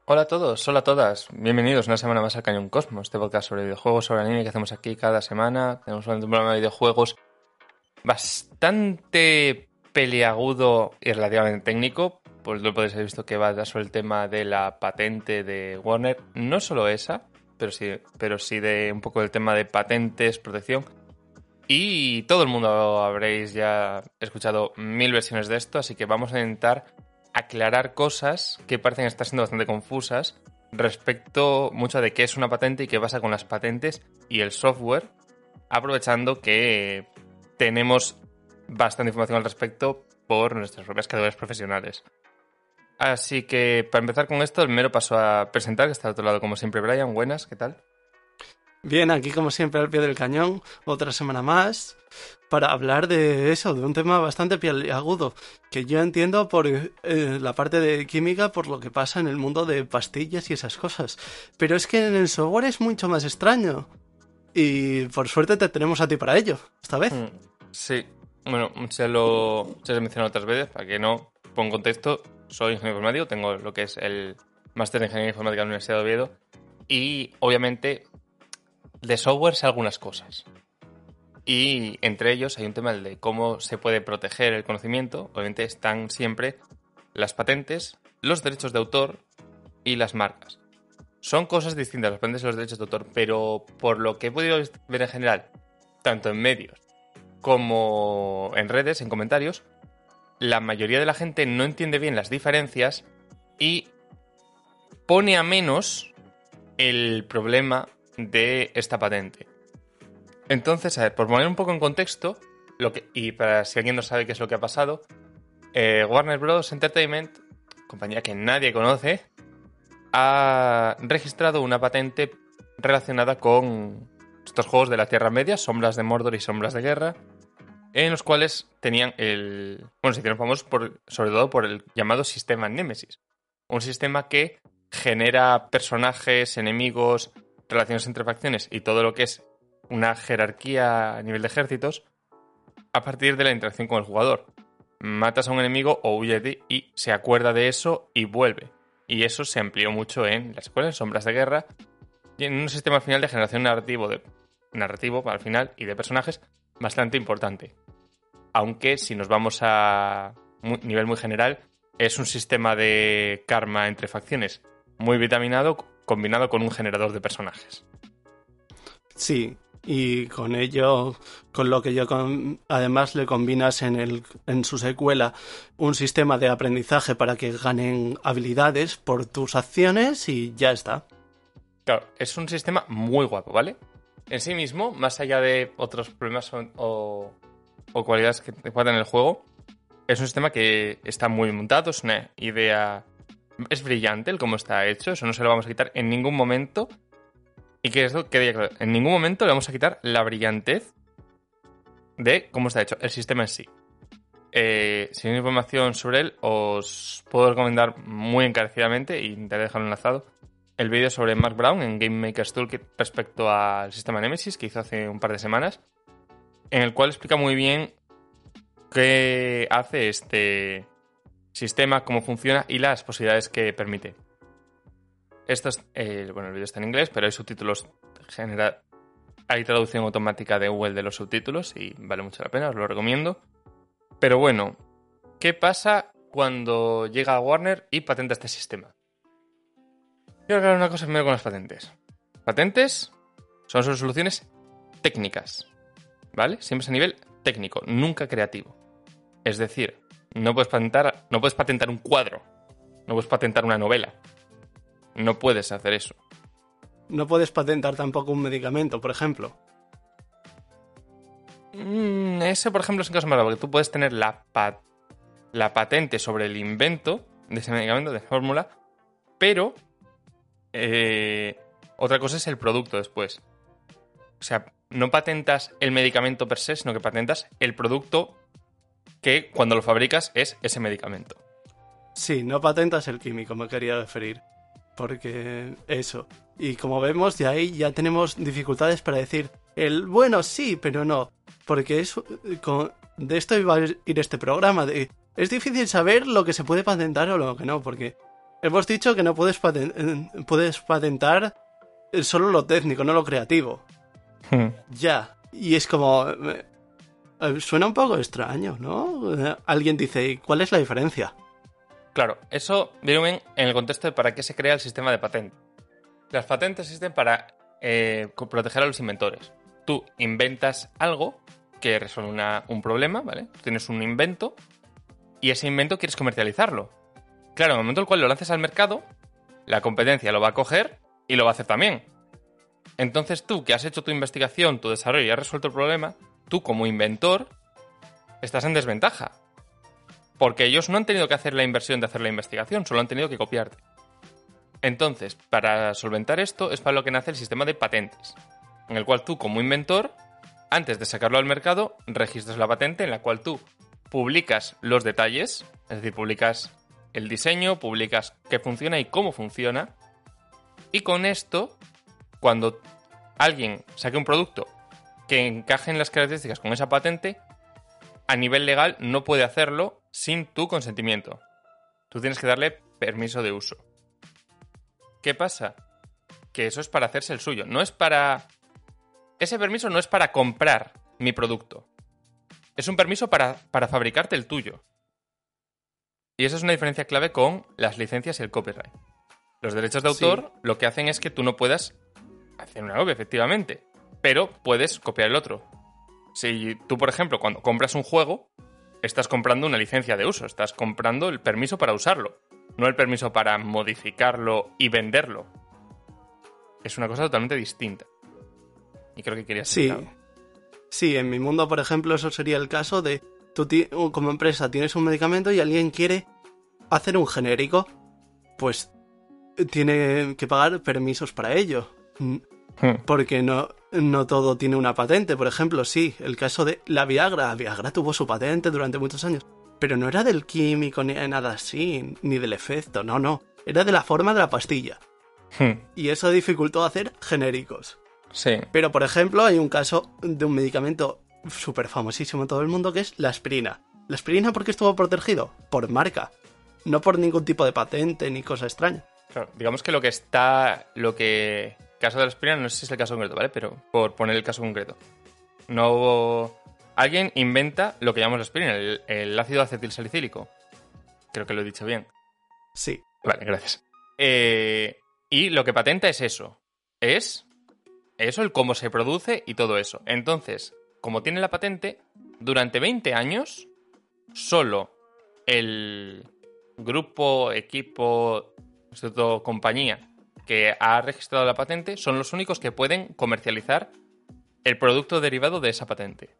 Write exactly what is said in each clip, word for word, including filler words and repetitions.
Hola a todos, hola a todas. Bienvenidos una semana más al Cañón Cosmos, este podcast sobre videojuegos, sobre anime que hacemos aquí cada semana. Tenemos un programa de videojuegos bastante peliagudo y relativamente técnico. Pues lo podéis haber visto que va sobre el tema de la patente de Warner. No solo esa, pero sí, pero sí de un poco del tema de patentes, protección. Y todo el mundo habréis ya escuchado mil versiones de esto, así que vamos a intentar aclarar cosas que parecen estar siendo bastante confusas respecto mucho de qué es una patente y qué pasa con las patentes y el software, aprovechando que tenemos bastante información al respecto por nuestras propias categorías profesionales. Así que para empezar con esto, el mero paso a presentar, que está al otro lado como siempre Brian. Buenas, ¿qué tal? Bien, aquí como siempre al pie del cañón, otra semana más, para hablar de eso, de un tema bastante agudo, que yo entiendo por eh, la parte de química, por lo que pasa en el mundo de pastillas y esas cosas. Pero es que en el software es mucho más extraño. Y por suerte te tenemos a ti para ello, esta vez. Mm, sí, bueno, se lo, se lo he mencionado otras veces, para que no ponga contexto, soy ingeniero informático, tengo lo que es el máster de Ingeniería Informática de la Universidad de Oviedo y obviamente de software sé algunas cosas. Y entre ellos hay un tema el de cómo se puede proteger el conocimiento. Obviamente están siempre las patentes, los derechos de autor y las marcas. Son cosas distintas las patentes y los derechos de autor, pero por lo que he podido ver en general, tanto en medios como en redes, en comentarios, la mayoría de la gente no entiende bien las diferencias y pone a menos el problema de esta patente. Entonces, a ver, por poner un poco en contexto, lo que, y para si alguien no sabe qué es lo que ha pasado, eh, Warner Bros. Entertainment, compañía que nadie conoce, ha registrado una patente relacionada con estos juegos de la Tierra Media, Sombras de Mordor y Sombras de Guerra, en los cuales tenían el... Bueno, se hicieron famosos por, sobre todo por el llamado sistema Némesis. Un sistema que genera personajes, enemigos, relaciones entre facciones y todo lo que es una jerarquía a nivel de ejércitos a partir de la interacción con el jugador. Matas a un enemigo o huye de y se acuerda de eso y vuelve. Y eso se amplió mucho en las escuelas, en Sombras de Guerra, y en un sistema final de generación narrativo, de, narrativo al final y de personajes bastante importante. Aunque si nos vamos a un nivel muy general, es un sistema de karma entre facciones muy vitaminado combinado con un generador de personajes. Sí, y con ello, con lo que yo con, además le combinas en, el, en su secuela un sistema de aprendizaje para que ganen habilidades por tus acciones y ya está. Claro, es un sistema muy guapo, ¿vale? En sí mismo, más allá de otros problemas o, o, o cualidades que te pueda tener el juego, es un sistema que está muy montado, es una idea... Es brillante el cómo está hecho, eso no se lo vamos a quitar en ningún momento. Y que esto quede claro, en ningún momento le vamos a quitar la brillantez de cómo está hecho el sistema en sí. Eh, si hay información sobre él, os puedo recomendar muy encarecidamente, y intentaré dejarlo enlazado, el vídeo sobre Mark Brown en Game Maker's Toolkit respecto al sistema Nemesis que hizo hace un par de semanas, en el cual explica muy bien qué hace este sistema, cómo funciona y las posibilidades que permite. Esto es, eh, bueno, el vídeo está en inglés, pero hay subtítulos, genera, hay traducción automática de Google de los subtítulos y vale mucho la pena, os lo recomiendo. Pero bueno, ¿qué pasa cuando llega a Warner y patenta este sistema? Quiero aclarar una cosa primero con las patentes. Patentes son solo soluciones técnicas, ¿vale? Siempre es a nivel técnico, nunca creativo. Es decir, no puedes patentar, no puedes patentar un cuadro, no puedes patentar una novela. No puedes hacer eso. No puedes patentar tampoco un medicamento, por ejemplo. Mm, ese, por ejemplo, es un caso más grave, porque tú puedes tener la, pat- la patente sobre el invento de ese medicamento, de fórmula, pero eh, otra cosa es el producto después. O sea, no patentas el medicamento per se, sino que patentas el producto que cuando lo fabricas es ese medicamento. Sí, no patentas el químico, me quería referir. Porque eso. Y como vemos, de ahí ya tenemos dificultades para decir el bueno sí, pero no. Porque es, con, de esto iba a ir este programa. De, es difícil saber lo que se puede patentar o lo que no. Porque hemos dicho que no puedes, paten- puedes patentar solo lo técnico, no lo creativo. Hmm. Ya. Y es como... eh, suena un poco extraño, ¿no? Eh, Alguien dice, ¿cuál es la diferencia? Claro, eso viene bien en el contexto de para qué se crea el sistema de patente. Las patentes existen para eh, co- proteger a los inventores. Tú inventas algo que resuelve una- un problema, ¿vale? Tienes un invento y ese invento quieres comercializarlo. Claro, en el momento en el cual lo lances al mercado, la competencia lo va a coger y lo va a hacer también. Entonces tú, que has hecho tu investigación, tu desarrollo y has resuelto el problema, tú como inventor estás en desventaja. Porque ellos no han tenido que hacer la inversión de hacer la investigación, solo han tenido que copiarte. Entonces, para solventar esto es para lo que nace el sistema de patentes, en el cual tú como inventor, antes de sacarlo al mercado, registras la patente en la cual tú publicas los detalles, es decir, publicas el diseño, publicas qué funciona y cómo funciona, y con esto, cuando alguien saque un producto que encaje en las características con esa patente, a nivel legal no puede hacerlo sin tu consentimiento. Tú tienes que darle permiso de uso. ¿Qué pasa? Que eso es para hacerse el suyo. No es para... Ese permiso no es para comprar mi producto. Es un permiso para, para fabricarte el tuyo. Y esa es una diferencia clave con las licencias y el copyright. Los derechos de autor Sí. lo que hacen es que tú no puedas hacer una copia, efectivamente, pero puedes copiar el otro. Si tú, por ejemplo, cuando compras un juego, estás comprando una licencia de uso, estás comprando el permiso para usarlo, no el permiso para modificarlo y venderlo. Es una cosa totalmente distinta. Y creo que querías Sí. decir algo. Sí, en mi mundo, por ejemplo, eso sería el caso de tú ti- como empresa tienes un medicamento y alguien quiere hacer un genérico, pues eh, tiene que pagar permisos para ello. Mm, Hmm. Porque no, no todo tiene una patente. Por ejemplo, sí, el caso de la Viagra. La Viagra tuvo su patente durante muchos años, pero no era del químico ni de nada así, ni del efecto, no, no. Era de la forma de la pastilla. Hmm. Y eso dificultó hacer genéricos. Sí. Pero, por ejemplo, hay un caso de un medicamento súper famosísimo en todo el mundo que es la aspirina. ¿La aspirina por qué estuvo protegido? Por marca. No por ningún tipo de patente ni cosa extraña. Claro, digamos que lo que está... Lo que... Caso de la aspirina, no sé si es el caso concreto, ¿vale? Pero por poner el caso concreto. No hubo... Alguien inventa lo que llamamos la aspirina, el, el ácido acetilsalicílico. Creo que lo he dicho bien. Sí. Vale, gracias. Eh, y lo que patenta es eso. Es eso, el cómo se produce y todo eso. Entonces, como tiene la patente, durante veinte años, solo el grupo, equipo, instituto, compañía que ha registrado la patente son los únicos que pueden comercializar el producto derivado de esa patente.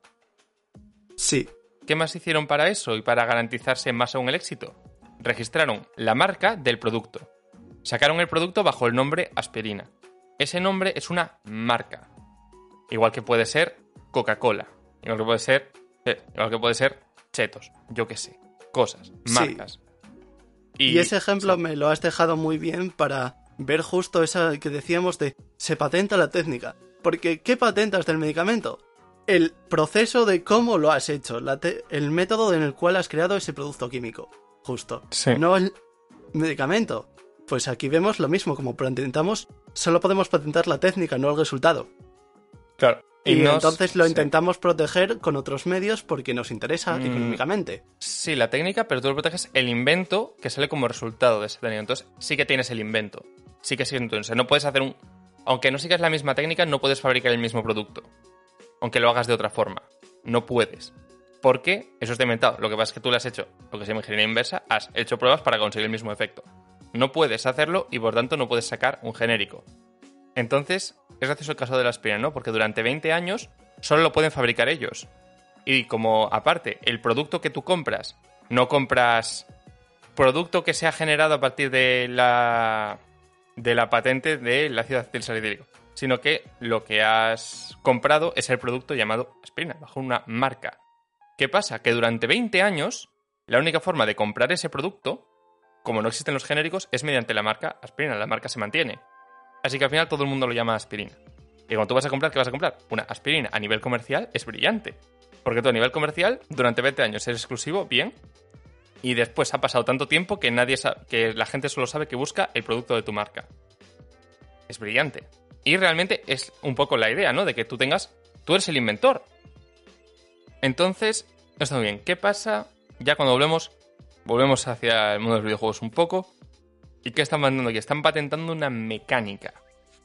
Sí. ¿Qué más hicieron para eso y para garantizarse más aún el éxito? Registraron la marca del producto. Sacaron el producto bajo el nombre aspirina. Ese nombre es una marca. Igual que puede ser Coca-Cola. Igual que puede ser... eh, igual que puede ser Chetos. Yo qué sé. Cosas. Marcas. Y, y ese ejemplo sí. me lo has dejado muy bien para ver justo esa que decíamos de se patenta la técnica. Porque ¿qué patentas del medicamento? El proceso de cómo lo has hecho, la te- el método en el cual has creado ese producto químico. Justo. Sí. No el medicamento. Pues aquí vemos lo mismo, como patentamos, solo podemos patentar la técnica, no el resultado. Claro. Y, y nos, entonces lo sí. intentamos proteger con otros medios porque nos interesa mm, económicamente. Sí, la técnica, pero tú lo proteges el invento que sale como resultado de ese técnica. Entonces sí que tienes el invento. Sí que sí, entonces no puedes hacer un... Aunque no sigas la misma técnica, no puedes fabricar el mismo producto. Aunque lo hagas de otra forma. No puedes. Porque eso está inventado. Lo que pasa es que tú le has hecho, lo que se llama ingeniería inversa, has hecho pruebas para conseguir el mismo efecto. No puedes hacerlo y por tanto no puedes sacar un genérico. Entonces, es gracioso el caso de la aspirina, ¿no? Porque durante veinte años solo lo pueden fabricar ellos. Y como, aparte, el producto que tú compras, no compras producto que se ha generado a partir de la, de la patente del ácido acetilsalicílico, sino que lo que has comprado es el producto llamado aspirina, bajo una marca. ¿Qué pasa? Que durante veinte años, la única forma de comprar ese producto, como no existen los genéricos, es mediante la marca aspirina. La marca se mantiene. Así que al final todo el mundo lo llama aspirina. Y cuando tú vas a comprar, ¿qué vas a comprar? Una aspirina a nivel comercial es brillante. Porque tú a nivel comercial, durante veinte años eres exclusivo, bien. y después ha pasado tanto tiempo que nadie sabe, que la gente solo sabe que busca el producto de tu marca. Es brillante. Y realmente es un poco la idea, ¿no? De que tú tengas... Tú eres el inventor. Entonces, está muy bien. ¿Qué pasa? Ya cuando volvemos... Volvemos hacia el mundo de los videojuegos un poco. ¿Y qué están patentando aquí? Están patentando una mecánica.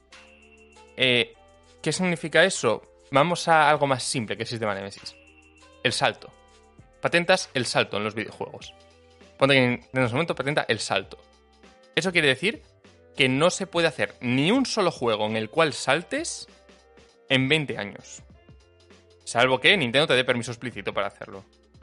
Eh, ¿Qué significa eso? Vamos a algo más simple que el sistema Nemesis. El salto. Patentas el salto en los videojuegos. Ponte que en ese momento patenta el salto. Eso quiere decir que no se puede hacer ni un solo juego en el cual saltes en veinte años. Salvo que Nintendo te dé permiso explícito para hacerlo.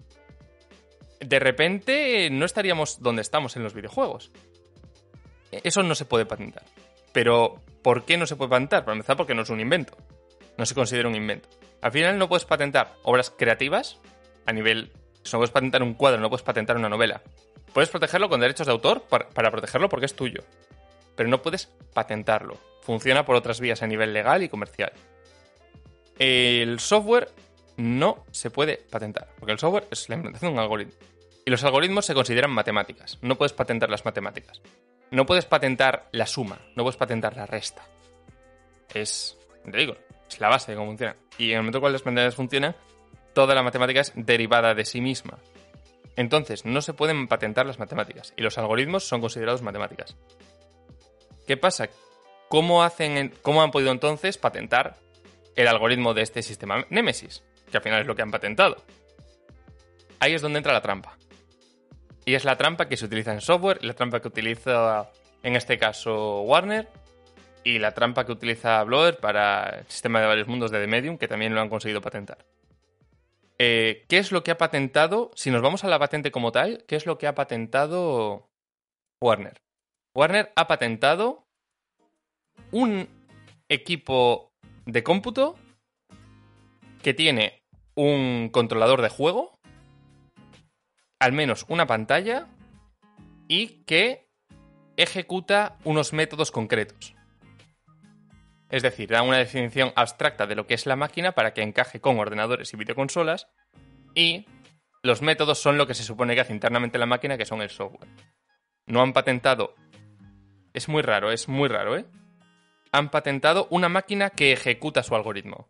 De repente no estaríamos donde estamos en los videojuegos. Eso no se puede patentar. Pero, ¿por qué no se puede patentar? Para empezar, porque no es un invento. No se considera un invento. Al final no puedes patentar obras creativas a nivel... Si no puedes patentar un cuadro, no puedes patentar una novela. Puedes protegerlo con derechos de autor para, para protegerlo porque es tuyo. Pero no puedes patentarlo. Funciona por otras vías a nivel legal y comercial. El software no se puede patentar, porque el software es la implementación de un algoritmo. Y los algoritmos se consideran matemáticas. No puedes patentar las matemáticas. No puedes patentar la suma, no puedes patentar la resta. Es, te digo, es la base de cómo funciona. Y en el momento en que las matemáticas funcionan, toda la matemática es derivada de sí misma. Entonces, no se pueden patentar las matemáticas. Y los algoritmos son considerados matemáticas. ¿Qué pasa? ¿Cómo, hacen, ¿Cómo han podido entonces patentar el algoritmo de este sistema Nemesis? Que al final es lo que han patentado. Ahí es donde entra la trampa. Y es la trampa que se utiliza en software, la trampa que utiliza, en este caso, Warner, y la trampa que utiliza Blower para el sistema de varios mundos de The Medium, que también lo han conseguido patentar. Eh, ¿Qué es lo que ha patentado? Si nos vamos a la patente como tal, ¿qué es lo que ha patentado Warner? Warner ha patentado un equipo de cómputo que tiene un controlador de juego, al menos una pantalla, y que ejecuta unos métodos concretos. Es decir, da una definición abstracta de lo que es la máquina para que encaje con ordenadores y videoconsolas, y los métodos son lo que se supone que hace internamente la máquina, que son el software. No han patentado... Es muy raro, es muy raro, ¿eh? Han patentado una máquina que ejecuta su algoritmo.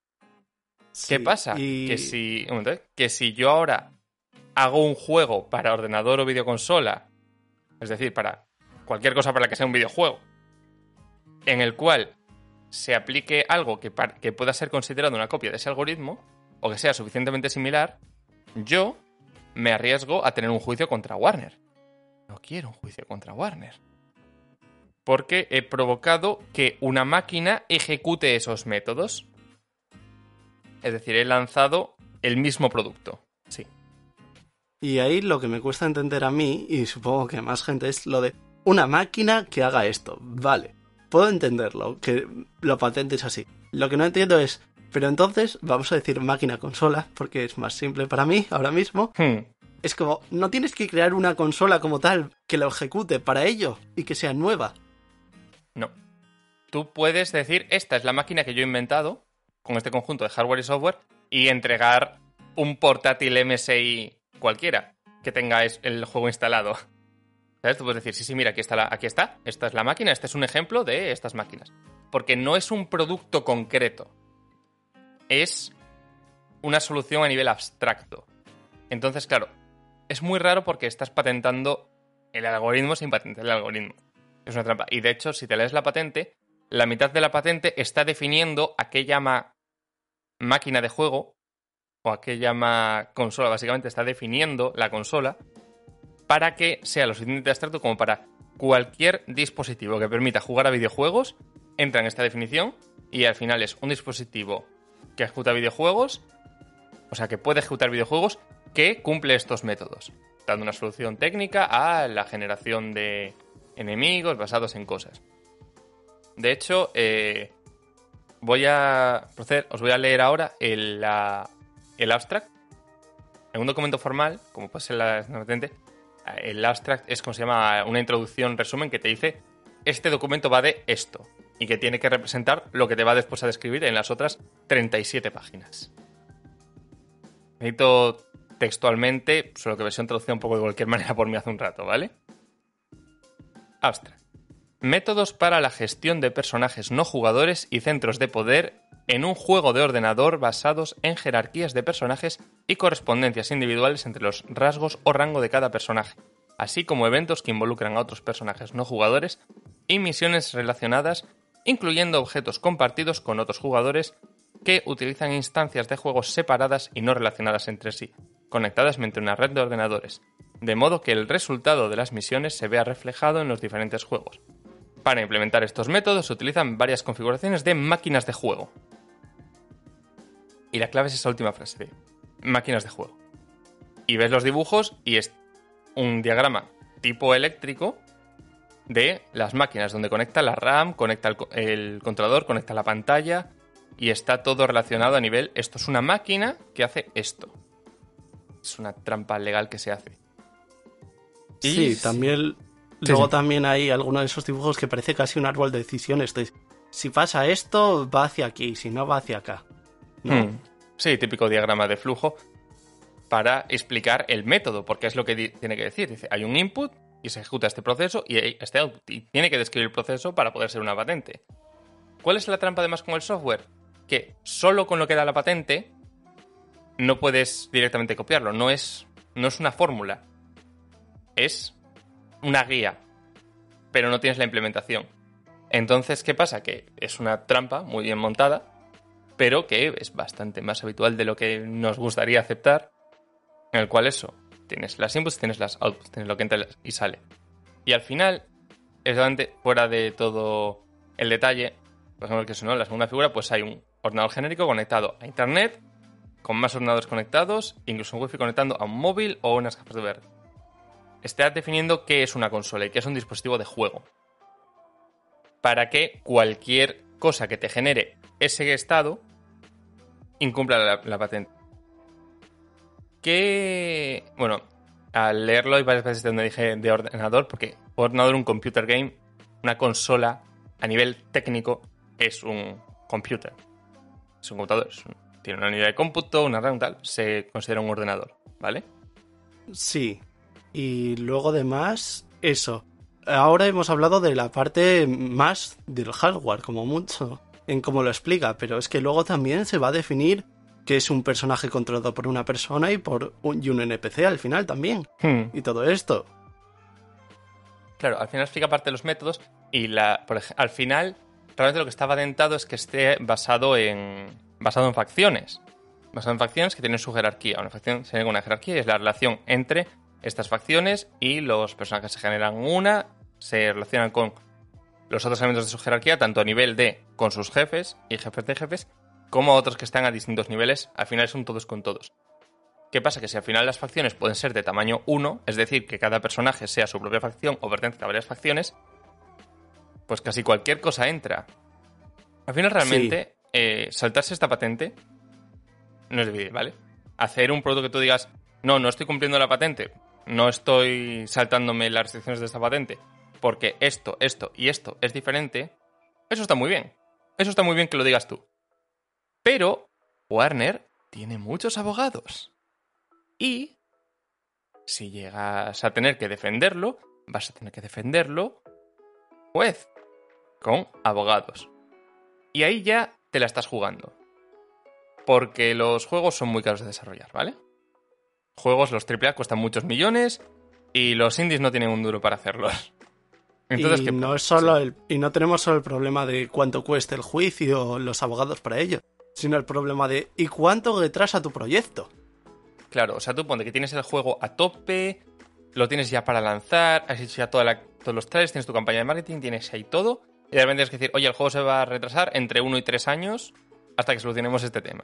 Sí, ¿Qué pasa? y... Que si, un momento, ¿eh? Que si yo ahora hago un juego para ordenador o videoconsola, es decir, para cualquier cosa para la que sea un videojuego, en el cual se aplique algo que, par- que pueda ser considerado una copia de ese algoritmo, o que sea suficientemente similar, yo me arriesgo a tener un juicio contra Warner. No quiero un juicio contra Warner. Porque he provocado que una máquina ejecute esos métodos. Es decir, he lanzado el mismo producto. Sí. Y ahí lo que me cuesta entender a mí, y supongo que a más gente, es lo de una máquina que haga esto. Vale, puedo entenderlo, que lo patentes así. Lo que no entiendo es, pero entonces, vamos a decir máquina-consola, porque es más simple para mí ahora mismo. Hmm. Es como, no tienes que crear una consola como tal que lo ejecute para ello y que sea nueva. No. Tú puedes decir, esta es la máquina que yo he inventado, con este conjunto de hardware y software, y entregar un portátil M S I cualquiera que tenga el juego instalado. ¿Sabes? Tú puedes decir, sí, sí, mira, aquí está, la, aquí está, esta es la máquina, este es un ejemplo de estas máquinas. Porque no es un producto concreto. Es una solución a nivel abstracto. Entonces, claro, es muy raro porque estás patentando el algoritmo sin patentar el algoritmo. Es una trampa. Y de hecho, si te lees la patente, la mitad de la patente está definiendo a qué llama máquina de juego o a qué llama consola. Básicamente está definiendo la consola para que sea lo suficientemente abstracto como para cualquier dispositivo que permita jugar a videojuegos, entra en esta definición y al final es un dispositivo que ejecuta videojuegos, o sea, que puede ejecutar videojuegos que cumple estos métodos, dando una solución técnica a la generación de enemigos basados en cosas. De hecho, eh, voy a proceder, os voy a leer ahora el, la, el abstract. En un documento formal, como puede ser la patente, el abstract es como se llama una introducción, resumen, que te dice este documento va de esto y que tiene que representar lo que te va después a describir en las otras treinta y siete páginas. Necesito textualmente, solo que versión traducida un poco de cualquier manera por mí hace un rato, ¿vale? Abstract. Métodos para la gestión de personajes no jugadores y centros de poder en un juego de ordenador basados en jerarquías de personajes y correspondencias individuales entre los rasgos o rango de cada personaje, así como eventos que involucran a otros personajes no jugadores y misiones relacionadas, incluyendo objetos compartidos con otros jugadores que utilizan instancias de juegos separadas y no relacionadas entre sí, conectadas mediante una red de ordenadores, de modo que el resultado de las misiones se vea reflejado en los diferentes juegos. Para implementar estos métodos se utilizan varias configuraciones de máquinas de juego. Y la clave es esa última frase de máquinas de juego. Y ves los dibujos y es un diagrama tipo eléctrico de las máquinas, donde conecta la RAM, conecta el, el controlador, conecta la pantalla y está todo relacionado a nivel, esto es una máquina que hace esto. Es una trampa legal que se hace. Y sí, también... Sí, Luego sí. también hay algunos de esos dibujos que parece casi un árbol de decisiones. De, si pasa esto, va hacia aquí, si no, va hacia acá. ¿No? Hmm. Sí, típico diagrama de flujo para explicar el método, porque es lo que di- tiene que decir. Dice, hay un input y se ejecuta este proceso y este output. Y tiene que describir el proceso para poder ser una patente. ¿Cuál es la trampa además con el software? Que solo con lo que da la patente no puedes directamente copiarlo. No es, no es una fórmula. Es... una guía, pero no tienes la implementación. Entonces, ¿qué pasa? Que es una trampa muy bien montada, pero que es bastante más habitual de lo que nos gustaría aceptar, en el cual eso, tienes las inputs, tienes las outputs, tienes lo que entra y sale. Y al final, es realmente fuera de todo el detalle, por ejemplo, que sonó en la segunda figura, pues hay un ordenador genérico conectado a internet, con más ordenadores conectados, incluso un wifi conectando a un móvil o unas gafas de V R. Está definiendo qué es una consola y qué es un dispositivo de juego. Para que cualquier cosa que te genere ese estado incumpla la, la patente. Que, bueno, al leerlo hay varias veces donde dije de ordenador, porque ordenador, un computer game, una consola a nivel técnico es un computer. Es un computador, es un, tiene una unidad de cómputo, una RAM, tal, se considera un ordenador, ¿vale? Sí. Y luego además, eso. Ahora hemos hablado de la parte más del hardware, como mucho, en cómo lo explica, pero es que luego también se va a definir que es un personaje controlado por una persona y por un, y un N P C al final también. Hmm. Y todo esto. Claro, al final explica parte de los métodos y la, por ejemplo, al final realmente lo que está patentado es que esté basado en basado en facciones. Basado en facciones que tienen su jerarquía. Una facción tiene una jerarquía y es la relación entre estas facciones y los personajes se generan una, se relacionan con los otros elementos de su jerarquía, tanto a nivel de con sus jefes y jefes de jefes, como otros que están a distintos niveles. Al final son todos con todos. ¿Qué pasa? Que si al final las facciones pueden ser de tamaño uno, es decir, que cada personaje sea su propia facción o pertenezca a varias facciones, pues casi cualquier cosa entra. Al final realmente, sí. eh, saltarse esta patente no es difícil, ¿vale? Hacer un producto que tú digas, no, no estoy cumpliendo la patente, no estoy saltándome las restricciones de esta patente, porque esto, esto y esto es diferente, eso está muy bien. Eso está muy bien que lo digas tú. Pero Warner tiene muchos abogados. Y si llegas a tener que defenderlo, vas a tener que defenderlo, juez, con abogados. Y ahí ya te la estás jugando. Porque los juegos son muy caros de desarrollar, ¿vale? Juegos, los triple A cuestan muchos millones y los indies no tienen un duro para hacerlos. Entonces, y, ¿qué? no es solo sí. el, y no tenemos solo el problema de cuánto cuesta el juicio o los abogados para ello, sino el problema de ¿y cuánto retrasa tu proyecto? Claro, o sea, tú ponte que tienes el juego a tope, lo tienes ya para lanzar, has hecho ya toda la, todos los trailers, tienes tu campaña de marketing, tienes ahí todo, y de repente tienes que decir, oye, el juego se va a retrasar entre uno y tres años hasta que solucionemos este tema.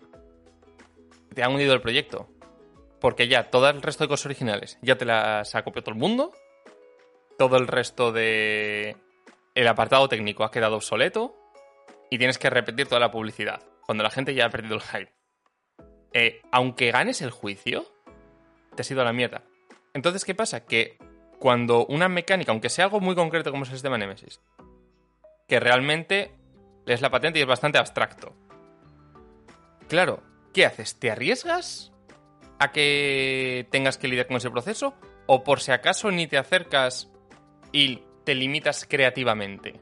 Te han hundido el proyecto. Porque ya todo el resto de cosas originales ya te las ha copiado todo el mundo. Todo el resto de el apartado técnico ha quedado obsoleto. Y tienes que repetir toda la publicidad. Cuando la gente ya ha perdido el hype. Eh, aunque ganes el juicio, te has ido a la mierda. Entonces, ¿qué pasa? Que cuando una mecánica, aunque sea algo muy concreto como es el sistema Nemesis, que realmente lees la patente y es bastante abstracto. Claro, ¿qué haces? ¿Te arriesgas a que tengas que lidiar con ese proceso? ¿O por si acaso ni te acercas y te limitas creativamente?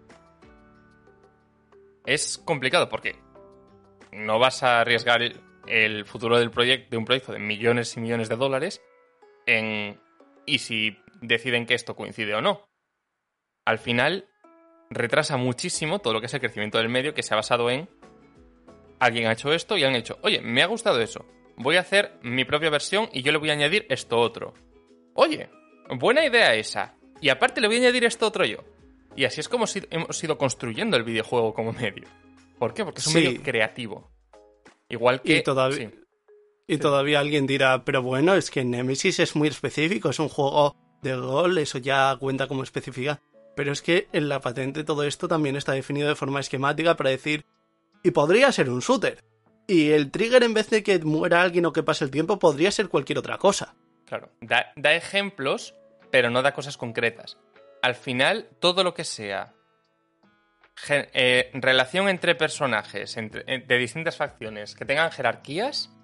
Es complicado porque no vas a arriesgar el, el futuro del proyecto, de un proyecto de millones y millones de dólares en y si deciden que esto coincide o no. Al final retrasa muchísimo todo lo que es el crecimiento del medio, que se ha basado en alguien ha hecho esto y han hecho, oye, me ha gustado eso, voy a hacer mi propia versión y yo le voy a añadir esto otro. Oye, buena idea esa. Y aparte le voy a añadir esto otro yo. Y así es como si hemos ido construyendo el videojuego como medio. ¿Por qué? Porque es un Sí. medio creativo. Igual que... Y todavía, sí. y Sí. todavía alguien dirá, pero bueno, es que Nemesis es muy específico, es un juego de rol, eso ya cuenta como específica. Pero es que en la patente todo esto también está definido de forma esquemática para decir, y podría ser un shooter. Y el trigger, en vez de que muera alguien o que pase el tiempo, podría ser cualquier otra cosa. Claro, da, da ejemplos, pero no da cosas concretas. Al final, todo lo que sea gen- eh, relación entre personajes entre, eh, de distintas facciones que tengan jerarquías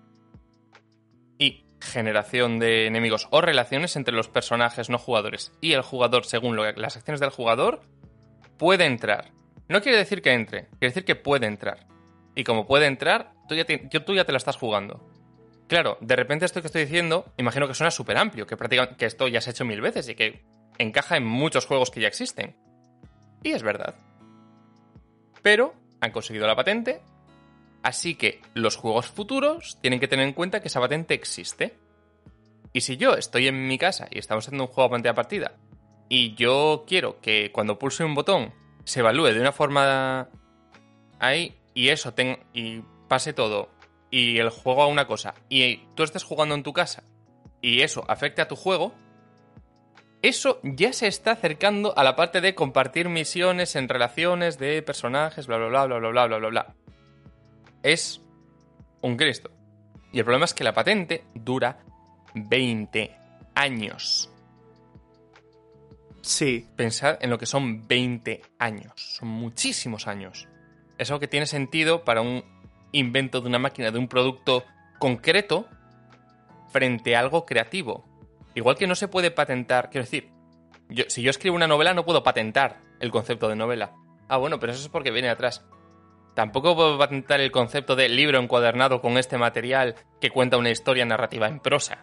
y generación de enemigos o relaciones entre los personajes no jugadores y el jugador según lo que- las acciones del jugador, puede entrar. No quiere decir que entre, quiere decir que puede entrar. Y como puede entrar, tú ya te, yo- tú ya te la estás jugando. Claro, de repente esto que estoy diciendo, imagino que suena súper amplio, que, prácticamente- que esto ya se ha hecho mil veces y que encaja en muchos juegos que ya existen. Y es verdad. Pero han conseguido la patente, así que los juegos futuros tienen que tener en cuenta que esa patente existe. Y si yo estoy en mi casa y estamos haciendo un juego a pantalla partida y yo quiero que cuando pulse un botón se evalúe de una forma ahí y eso ten- y pase todo y el juego haga una cosa y tú estés jugando en tu casa y eso afecte a tu juego, eso ya se está acercando a la parte de compartir misiones en relaciones de personajes, bla bla bla bla bla bla bla bla bla. Es un Cristo. Y el problema es que la patente dura veinte años. Sí, Pensad en lo que son veinte años. Son muchísimos años. Es algo que tiene sentido para un invento de una máquina, de un producto concreto, frente a algo creativo. Igual que no se puede patentar, quiero decir, yo, si yo escribo una novela no puedo patentar el concepto de novela. Ah, bueno, pero eso es porque viene atrás. Tampoco puedo patentar el concepto de libro encuadernado con este material que cuenta una historia narrativa en prosa.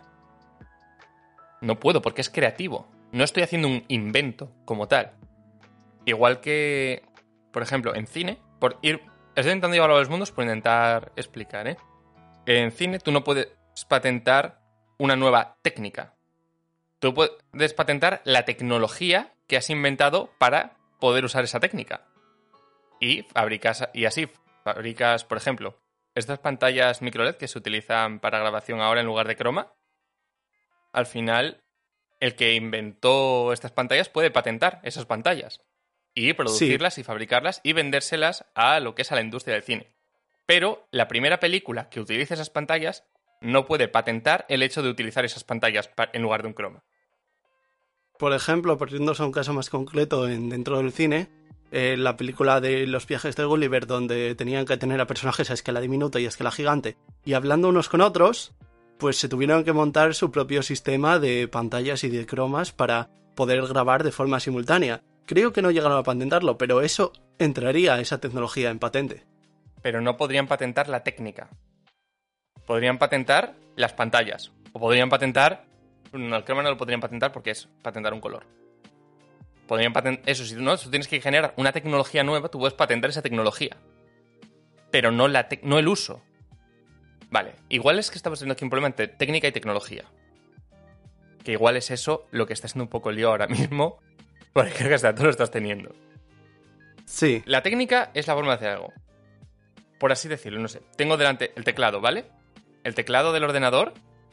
No puedo porque es creativo. No estoy haciendo un invento como tal. Igual que, por ejemplo, en cine, por ir... Estoy intentando llevarlo a los mundos por intentar explicar, ¿eh? En cine tú no puedes patentar una nueva técnica. Tú puedes patentar la tecnología que has inventado para poder usar esa técnica. Y fabricas, y así fabricas, por ejemplo, estas pantallas micro L E D que se utilizan para grabación ahora en lugar de croma. Al final, el que inventó estas pantallas puede patentar esas pantallas y producirlas sí. y fabricarlas y vendérselas a lo que es a la industria del cine. Pero la primera película que utilice esas pantallas no puede patentar el hecho de utilizar esas pantallas en lugar de un croma. Por ejemplo, poniéndose a un caso más concreto en, dentro del cine, eh, la película de Los viajes de Gulliver, donde tenían que tener a personajes a escala diminuta y a escala gigante, y hablando unos con otros, pues se tuvieron que montar su propio sistema de pantallas y de cromas para poder grabar de forma simultánea. Creo que no llegaron a patentarlo, pero eso entraría esa tecnología en patente. Pero no podrían patentar la técnica. Podrían patentar las pantallas. O podrían patentar... No, el croma no lo podrían patentar porque es patentar un color. Podrían patentar... Eso, si no, tú tienes que generar una tecnología nueva, tú puedes patentar esa tecnología. Pero no, la te... no el uso. Vale, igual es que estamos teniendo aquí un problema entre técnica y tecnología. Que igual es eso lo que está siendo un poco el lío ahora mismo, porque creo que hasta tú lo estás teniendo. Sí. La técnica es la forma de hacer algo. Por así decirlo, no sé. Tengo delante el teclado, ¿vale? El teclado del ordenador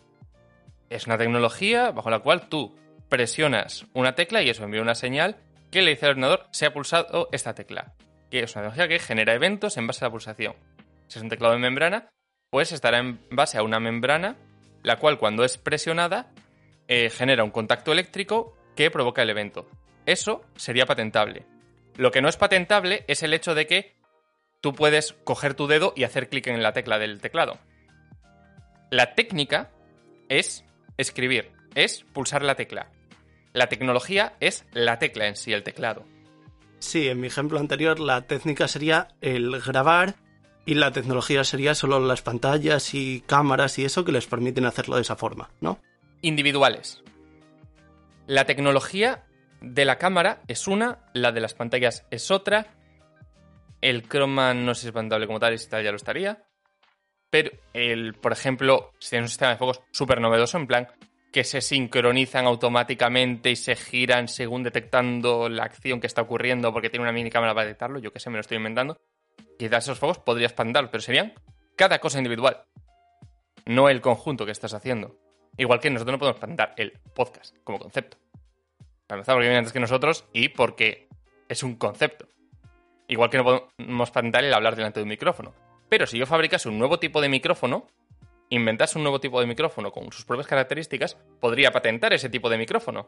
es una tecnología bajo la cual tú presionas una tecla y eso envía una señal que le dice al ordenador se ha pulsado esta tecla. Que es una tecnología que genera eventos en base a la pulsación. Si es un teclado de membrana, pues estará en base a una membrana, la cual cuando es presionada eh, genera un contacto eléctrico que provoca el evento. Eso sería patentable. Lo que no es patentable es el hecho de que tú puedes coger tu dedo y hacer clic en la tecla del teclado. La técnica es escribir, es pulsar la tecla. La tecnología es la tecla en sí, el teclado. Sí, en mi ejemplo anterior la técnica sería el grabar y la tecnología sería solo las pantallas y cámaras y eso que les permiten hacerlo de esa forma, ¿no? Individuales. La tecnología de la cámara es una, la de las pantallas es otra. El croma no sé si es pantable como tal y si tal ya lo estaría. Pero, el, por ejemplo, si tienes un sistema de focos súper novedoso, en plan que se sincronizan automáticamente y se giran según detectando la acción que está ocurriendo porque tiene una mini cámara para detectarlo, yo qué sé, me lo estoy inventando. Quizás esos focos podrías pantarlos, pero serían cada cosa individual, no el conjunto que estás haciendo. Igual que nosotros no podemos patentar el podcast como concepto. Para empezar, porque viene antes que nosotros y porque es un concepto. Igual que no podemos patentar el hablar delante de un micrófono. Pero si yo fabricase un nuevo tipo de micrófono, inventase un nuevo tipo de micrófono con sus propias características, podría patentar ese tipo de micrófono.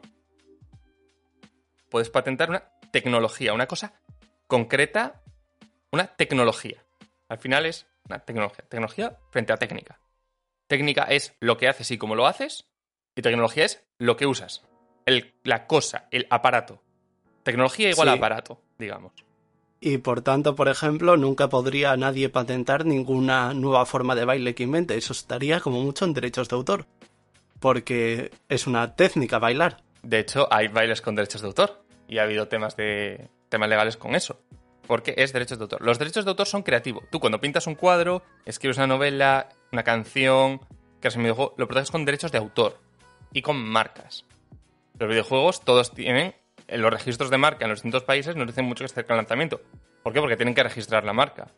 Puedes patentar una tecnología, una cosa concreta, una tecnología. Al final es una tecnología. Tecnología frente a técnica. Técnica es lo que haces y cómo lo haces, y tecnología es lo que usas. El, la cosa, el aparato. Tecnología igual Sí. a aparato, digamos. Y por tanto, por ejemplo, nunca podría nadie patentar ninguna nueva forma de baile que invente. Eso estaría como mucho en derechos de autor. Porque es una técnica bailar. De hecho, hay bailes con derechos de autor. Y ha habido temas de temas legales con eso. Porque es derechos de autor. Los derechos de autor son creativos. Tú cuando pintas un cuadro, escribes una novela, una canción, creas un videojuego, lo proteges con derechos de autor. Y con marcas. Los videojuegos todos tienen... Los registros de marca en los distintos países nos dicen mucho que es cerca del lanzamiento. ¿Por qué? Porque tienen que registrar la marca.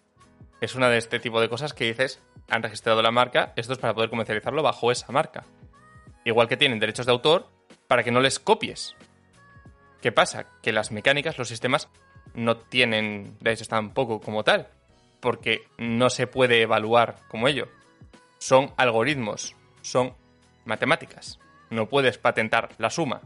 Es una de este tipo de cosas que dices, han registrado la marca, esto es para poder comercializarlo bajo esa marca. Igual que tienen derechos de autor para que no les copies. ¿Qué pasa? Que las mecánicas, los sistemas, no tienen derechos tampoco como tal, porque no se puede evaluar como ello. Son algoritmos, son matemáticas. No puedes patentar la suma.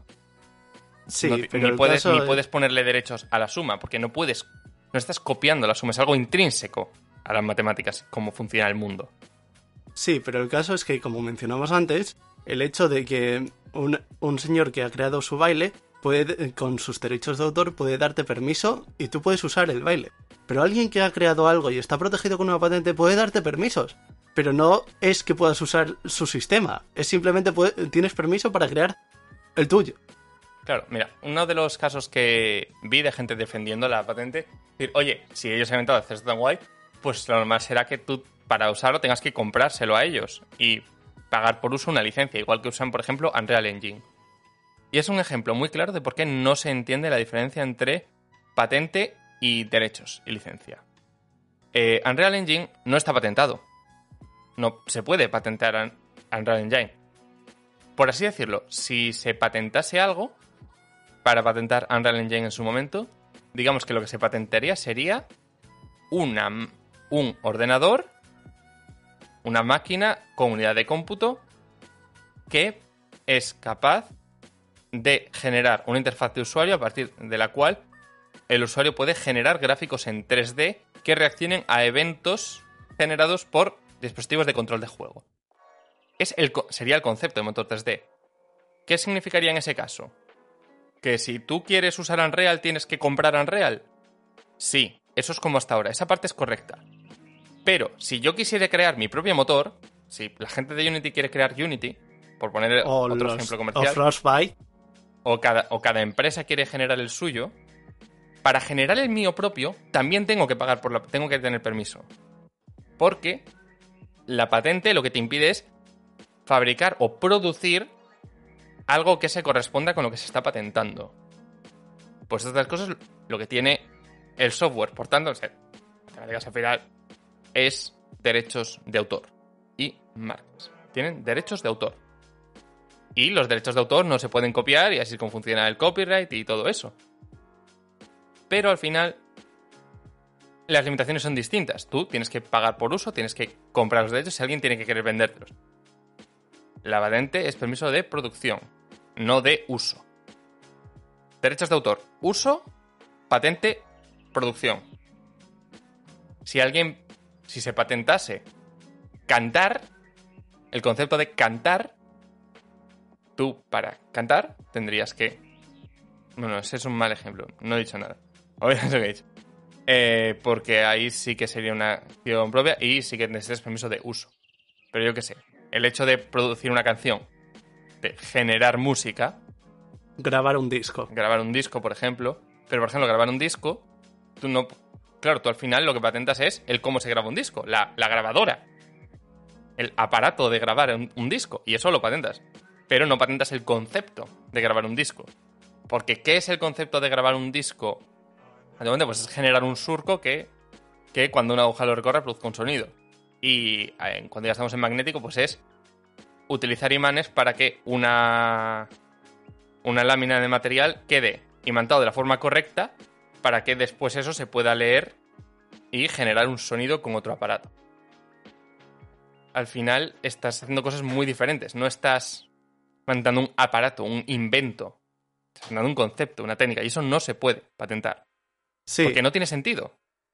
Sí, no, pero ni, puedes, caso ni es... puedes ponerle derechos a la suma, porque no puedes, no estás copiando la suma, es algo intrínseco a las matemáticas, cómo funciona el mundo. Sí, pero el caso es que, como mencionamos antes, el hecho de que un, un señor que ha creado su baile, puede, con sus derechos de autor, puede darte permiso y tú puedes usar el baile. Pero alguien que ha creado algo y está protegido con una patente puede darte permisos. Pero no es que puedas usar su sistema, es simplemente puede, tienes permiso para crear el tuyo. Claro, mira, uno de los casos que vi de gente defendiendo la patente, decir, oye, si ellos han inventado hacer esto tan guay, pues lo normal será que tú, para usarlo, tengas que comprárselo a ellos y pagar por uso una licencia, igual que usan, por ejemplo, Unreal Engine. Y es un ejemplo muy claro de por qué no se entiende la diferencia entre patente y derechos y licencia. Eh, Unreal Engine no está patentado. No se puede patentar Unreal Engine. Por así decirlo, si se patentase algo, para patentar Unreal Engine en su momento, digamos que lo que se patentaría sería una, un ordenador, una máquina con unidad de cómputo que es capaz de generar una interfaz de usuario a partir de la cual el usuario puede generar gráficos en tres D que reaccionen a eventos generados por dispositivos de control de juego. Es el, sería el concepto de motor tres D. ¿Qué significaría en ese caso? ¿Que si tú quieres usar Unreal tienes que comprar Unreal? Sí, eso es como hasta ahora, esa parte es correcta. Pero si yo quisiera crear mi propio motor, si la gente de Unity quiere crear Unity, por poner O otro los, ejemplo o comercial, Frostbite. o cada, o cada empresa quiere generar el suyo, para generar el mío propio también tengo que pagar por la, tengo que tener permiso. Porque la patente lo que te impide es fabricar o producir algo que se corresponda con lo que se está patentando. Pues estas cosas lo que tiene el software. Por tanto, matemáticas al final es derechos de autor y marcas. Tienen derechos de autor. Y los derechos de autor no se pueden copiar y así es como funciona el copyright y todo eso. Pero al final las limitaciones son distintas. Tú tienes que pagar por uso, tienes que comprar los derechos y alguien tiene que querer vendértelos. La patente es permiso de producción, no de uso. Derechos de autor, uso, patente, producción. Si alguien, si se patentase cantar, el concepto de cantar tú para cantar tendrías que... Bueno, ese es un mal ejemplo, no he dicho nada. Obviamente lo que he dicho. Eh, porque ahí sí que sería una acción propia y sí que necesitas permiso de uso. Pero yo qué sé, el hecho de producir una canción, de generar música... Grabar un disco. Grabar un disco, por ejemplo. Pero, por ejemplo, grabar un disco, tú no... Claro, tú al final lo que patentas es el cómo se graba un disco, la, la grabadora. El aparato de grabar un, un disco, y eso lo patentas. Pero no patentas el concepto de grabar un disco. Porque, ¿qué es el concepto de grabar un disco? Básicamente, pues es generar un surco que, que cuando una aguja lo recorre produzca un sonido. Y eh, cuando ya estamos en magnético, pues es utilizar imanes para que una, una lámina de material quede imantado de la forma correcta para que después eso se pueda leer y generar un sonido con otro aparato. Al final estás haciendo cosas muy diferentes. No estás patentando un aparato, un invento. Estás patentando un concepto, una técnica. Y eso no se puede patentar. Sí. Porque no tiene sentido.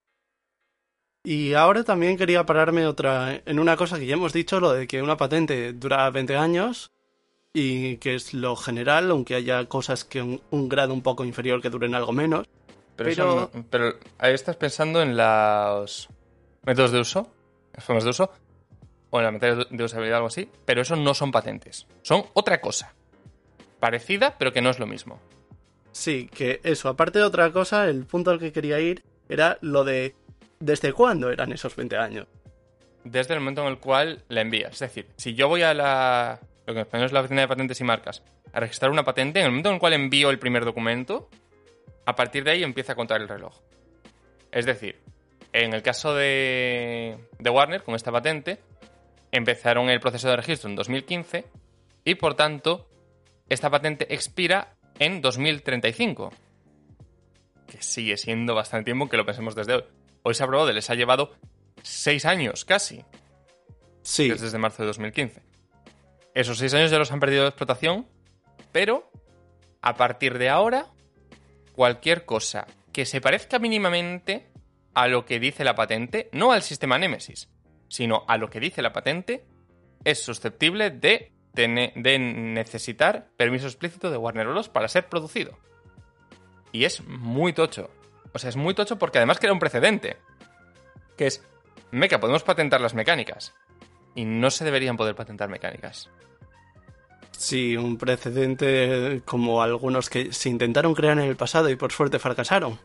Y ahora también quería pararme otra en una cosa que ya hemos dicho, lo de que una patente dura veinte años y que es lo general, aunque haya cosas que un, un grado un poco inferior que duren algo menos. Pero, Pero, eso no- pero ahí estás pensando en los métodos de uso, las formas de uso, o en la materia de usabilidad, algo así, pero eso no son patentes. Son otra cosa. Parecida, pero que no es lo mismo. sí, que eso, aparte de otra cosa, el punto al que quería ir era lo de ¿desde cuándo eran esos veinte años? Desde el momento en el cual la envías. Es decir, si yo voy a la... lo que en español es la Oficina de Patentes y Marcas, a registrar una patente, en el momento en el cual envío el primer documento, a partir de ahí empieza a contar el reloj. Es decir, en el caso de, de Warner, con esta patente, empezaron el proceso de registro en dos mil quince y, por tanto, esta patente expira en dos mil treinta y cinco. Que sigue siendo bastante tiempo que lo pensemos desde hoy. Hoy se ha aprobado, les ha llevado seis años casi. Sí. Que es desde marzo de dos mil quince. Esos seis años ya los han perdido de explotación, pero a partir de ahora, cualquier cosa que se parezca mínimamente a lo que dice la patente, no al sistema Nemesis, sino a lo que dice la patente, es susceptible de, de, de necesitar permiso explícito de Warner Bros. Para ser producido. Y es muy tocho. O sea, es muy tocho porque además crea un precedente. Que es, meca, podemos patentar las mecánicas. Y no se deberían poder patentar mecánicas. Sí, un precedente como algunos que se intentaron crear en el pasado y por suerte fracasaron.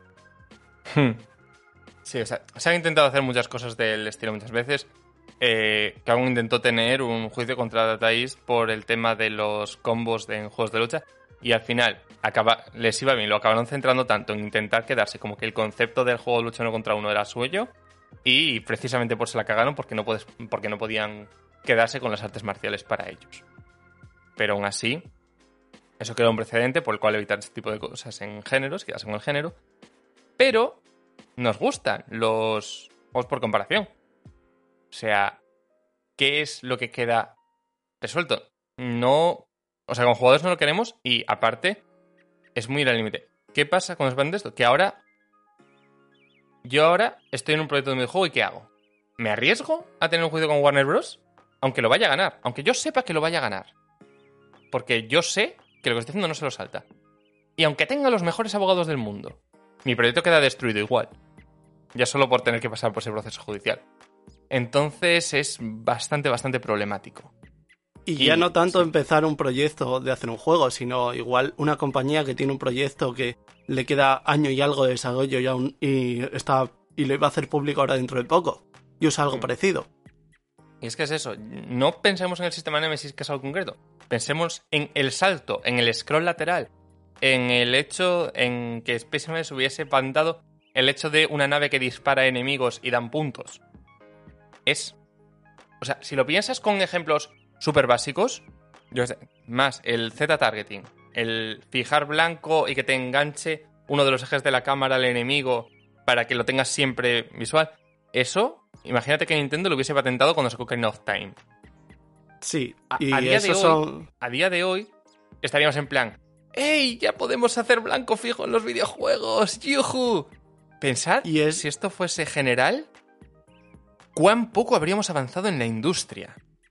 Sí, o sea, se han intentado hacer muchas cosas del estilo muchas veces. Eh, Capcom intentó tener un juicio contra Data East por el tema de los combos de, en juegos de lucha. Y al final acaba, les iba bien, lo acabaron centrando tanto en intentar quedarse como que el concepto del juego de lucha uno contra uno era suyo. Y precisamente por eso la cagaron, porque no, puedes, porque no podían quedarse con las artes marciales para ellos. Pero aún así, eso queda un precedente por el cual evitar este tipo de cosas en géneros, quedarse con el género. Pero nos gustan los juegos por comparación. O sea, ¿qué es lo que queda resuelto? No... O sea, como jugadores no lo queremos y, aparte, es muy ir al límite. ¿Qué pasa con los patentes de esto? Que ahora... Yo ahora estoy en un proyecto de videojuego y ¿qué hago? ¿Me arriesgo a tener un juicio con Warner Bros? Aunque lo vaya a ganar. Aunque yo sepa que lo vaya a ganar. Porque yo sé que lo que estoy haciendo no se lo salta. Y aunque tenga los mejores abogados del mundo, mi proyecto queda destruido igual. Ya solo por tener que pasar por ese proceso judicial. Entonces es bastante, bastante problemático. Y, Y- ya no tanto sí. empezar un proyecto de hacer un juego, sino igual una compañía que tiene un proyecto que le queda año y algo de desarrollo y, aún, y, está, y lo iba a hacer público ahora dentro de poco. Y usa algo Mm. parecido. Y es que es eso. No pensemos en el sistema Nemesis, que es algo concreto. Pensemos en el salto, en el scroll lateral, en el hecho en que Space Invaders hubiese patentado el hecho de una nave que dispara enemigos y dan puntos. Es... O sea, si lo piensas con ejemplos súper básicos, yo sé, más el Z-targeting, el fijar blanco y que te enganche uno de los ejes de la cámara al enemigo para que lo tengas siempre visual, eso, imagínate que Nintendo lo hubiese patentado cuando sacó Ocarina of Time. Sí, A, y a día de esos hoy, son... a día de hoy, estaríamos en plan, ¡ey! Ya podemos hacer blanco fijo en los videojuegos, ¡yujú! Pensad, Y es- si esto fuese general, cuán poco habríamos avanzado en la industria.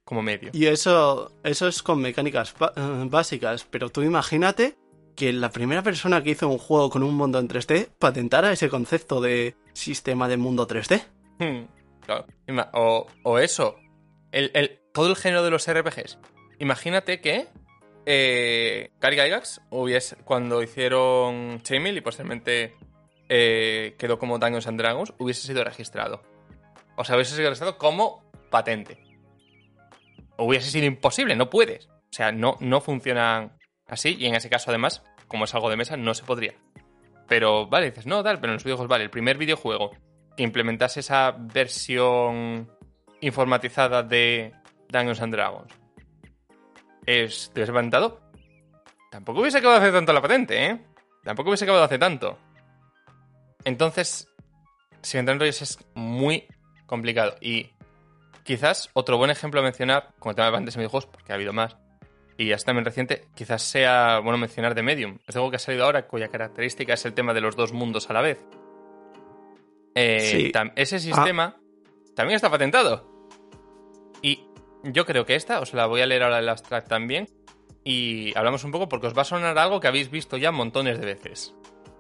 como medio. Y eso, eso es con mecánicas básicas, pero tú imagínate que la primera persona que hizo un juego con un mundo en tres D patentara ese concepto de sistema de mundo tres D. Hmm, claro. O, o eso, el, el, todo el género de los R P Gs. Imagínate que eh, Gary Gygax hubiese, cuando hicieron Chainmail y posteriormente eh, quedó como Dungeons and Dragons, hubiese sido registrado. O sea, hubiese sido registrado como patente. Hubiese sido imposible, no puedes. O sea, no, no funcionan así, y en ese caso, además, como es algo de mesa, no se podría. Pero, vale, dices, no, tal, pero en los videojuegos, vale, el primer videojuego que implementase esa versión informatizada de Dungeons and Dragons es, ¿te hubiese patentado? Tampoco hubiese acabado de hacer tanto la patente, ¿eh? Tampoco hubiese acabado de hacer tanto. Entonces, sin entrar en rollos, es muy complicado. Y quizás otro buen ejemplo a mencionar, con el tema de patentes en videojuegos, porque ha habido más, y es también reciente, quizás sea bueno mencionar The Medium. Es algo que ha salido ahora, cuya característica es el tema de los dos mundos a la vez. Eh, Sí. tam- ese sistema ah. también está patentado. Y yo creo que esta, os la voy a leer ahora el abstract también, y hablamos un poco porque os va a sonar algo que habéis visto ya montones de veces.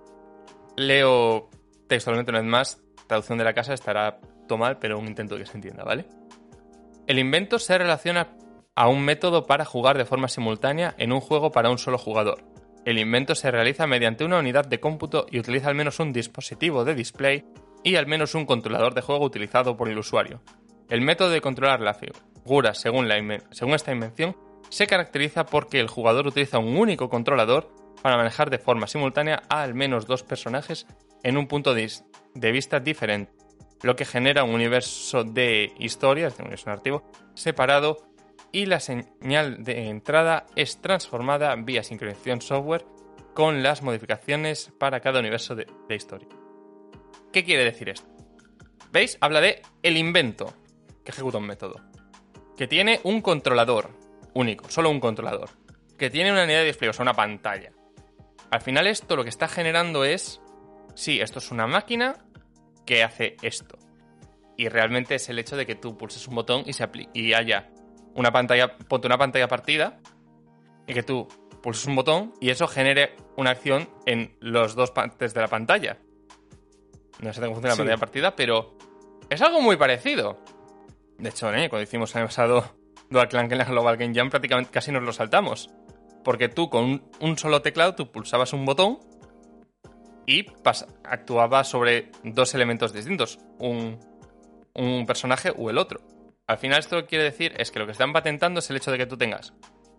Leo textualmente una vez más, traducción de la casa, estará todo mal, pero un intento de que se entienda, ¿vale? El invento se relaciona a un método para jugar de forma simultánea en un juego para un solo jugador. El invento se realiza mediante una unidad de cómputo y utiliza al menos un dispositivo de display y al menos un controlador de juego utilizado por el usuario. El método de controlar la figura según, la inven- según esta invención se caracteriza porque el jugador utiliza un único controlador para manejar de forma simultánea a al menos dos personajes en un punto de, de vista diferente, lo que genera un universo de historias, de un universo narrativo, separado, y la señal de entrada es transformada vía sincronización software con las modificaciones para cada universo de, de historia. ¿Qué quiere decir esto? ¿Veis? Habla de el invento que ejecuta un método, que tiene un controlador único, solo un controlador, que tiene una unidad de display, o sea, una pantalla. Al final esto lo que está generando es, sí, esto es una máquina que hace esto. Y realmente es el hecho de que tú pulses un botón y se apli- y haya una pantalla, ponte una pantalla partida, y que tú pulses un botón y eso genere una acción en los dos partes de la pantalla. No sé cómo funciona Sí. la pantalla partida, pero es algo muy parecido. De hecho, ¿eh? cuando hicimos el año pasado Dual Clank en la Global Game Jam, prácticamente casi nos lo saltamos. Porque tú con un, un solo teclado, tú pulsabas un botón y pas- actuaba sobre dos elementos distintos, un, un personaje u el otro. Al final esto lo que quiere decir es que lo que están patentando es el hecho de que tú tengas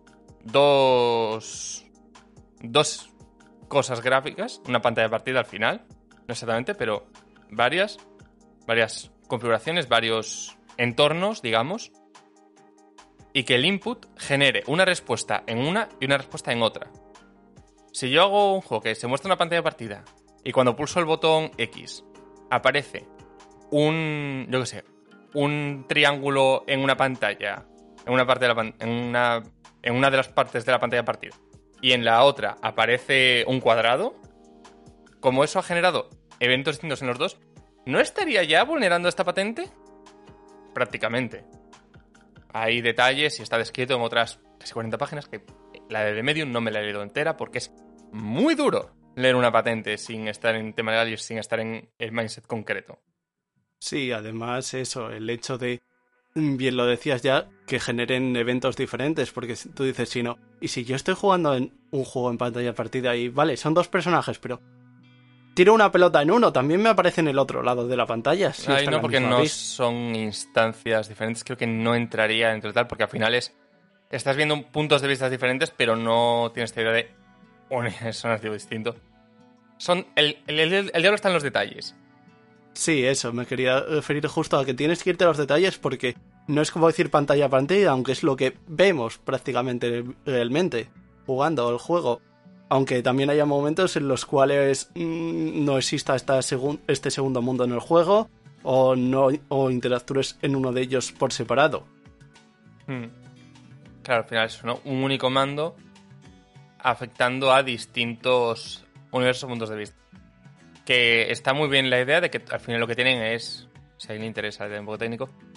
dos, dos cosas gráficas, una pantalla de partida al final, no exactamente, pero varias, varias configuraciones, varios entornos, digamos, y que el input genere una respuesta en una y una respuesta en otra. Si yo hago un juego que se muestra una pantalla de partida y cuando pulso el botón X aparece un, yo qué sé, un triángulo en una pantalla, en una parte de la pan- en una en una de las partes de la pantalla de partida, y en la otra aparece un cuadrado, como eso ha generado eventos distintos en los dos, ¿no estaría ya vulnerando esta patente? Prácticamente. Hay detalles y está descrito en otras casi cuarenta páginas, que la de The Medium no me la he leído entera porque es muy duro leer una patente sin estar en tema legal y sin estar en el mindset concreto. Sí, además eso, el hecho de, bien lo decías ya, que generen eventos diferentes, porque tú dices, si no, y si yo estoy jugando en un juego en pantalla partida y vale, son dos personajes, pero tiro una pelota en uno, también me aparece en el otro lado de la pantalla. Si Ahí está en no, la porque misma no vista. son instancias diferentes, creo que no entraría dentro de tal, porque al final es, estás viendo puntos de vista diferentes, pero no tienes idea de un universo narrativo distinto. Son, el, el, el, el diablo está en los detalles. Sí, eso, me quería referir justo a que tienes que irte a los detalles porque no es como decir pantalla a pantalla, aunque es lo que vemos prácticamente realmente jugando el juego. Aunque también haya momentos en los cuales mmm, no exista esta segun- este segundo mundo en el juego o no o interactúes en uno de ellos por separado. Hmm. Claro, al final es, ¿no?, un único mando afectando a distintos universos, puntos de vista. Que está muy bien la idea de que al final lo que tienen es, si a alguien le interesa el un poco técnico,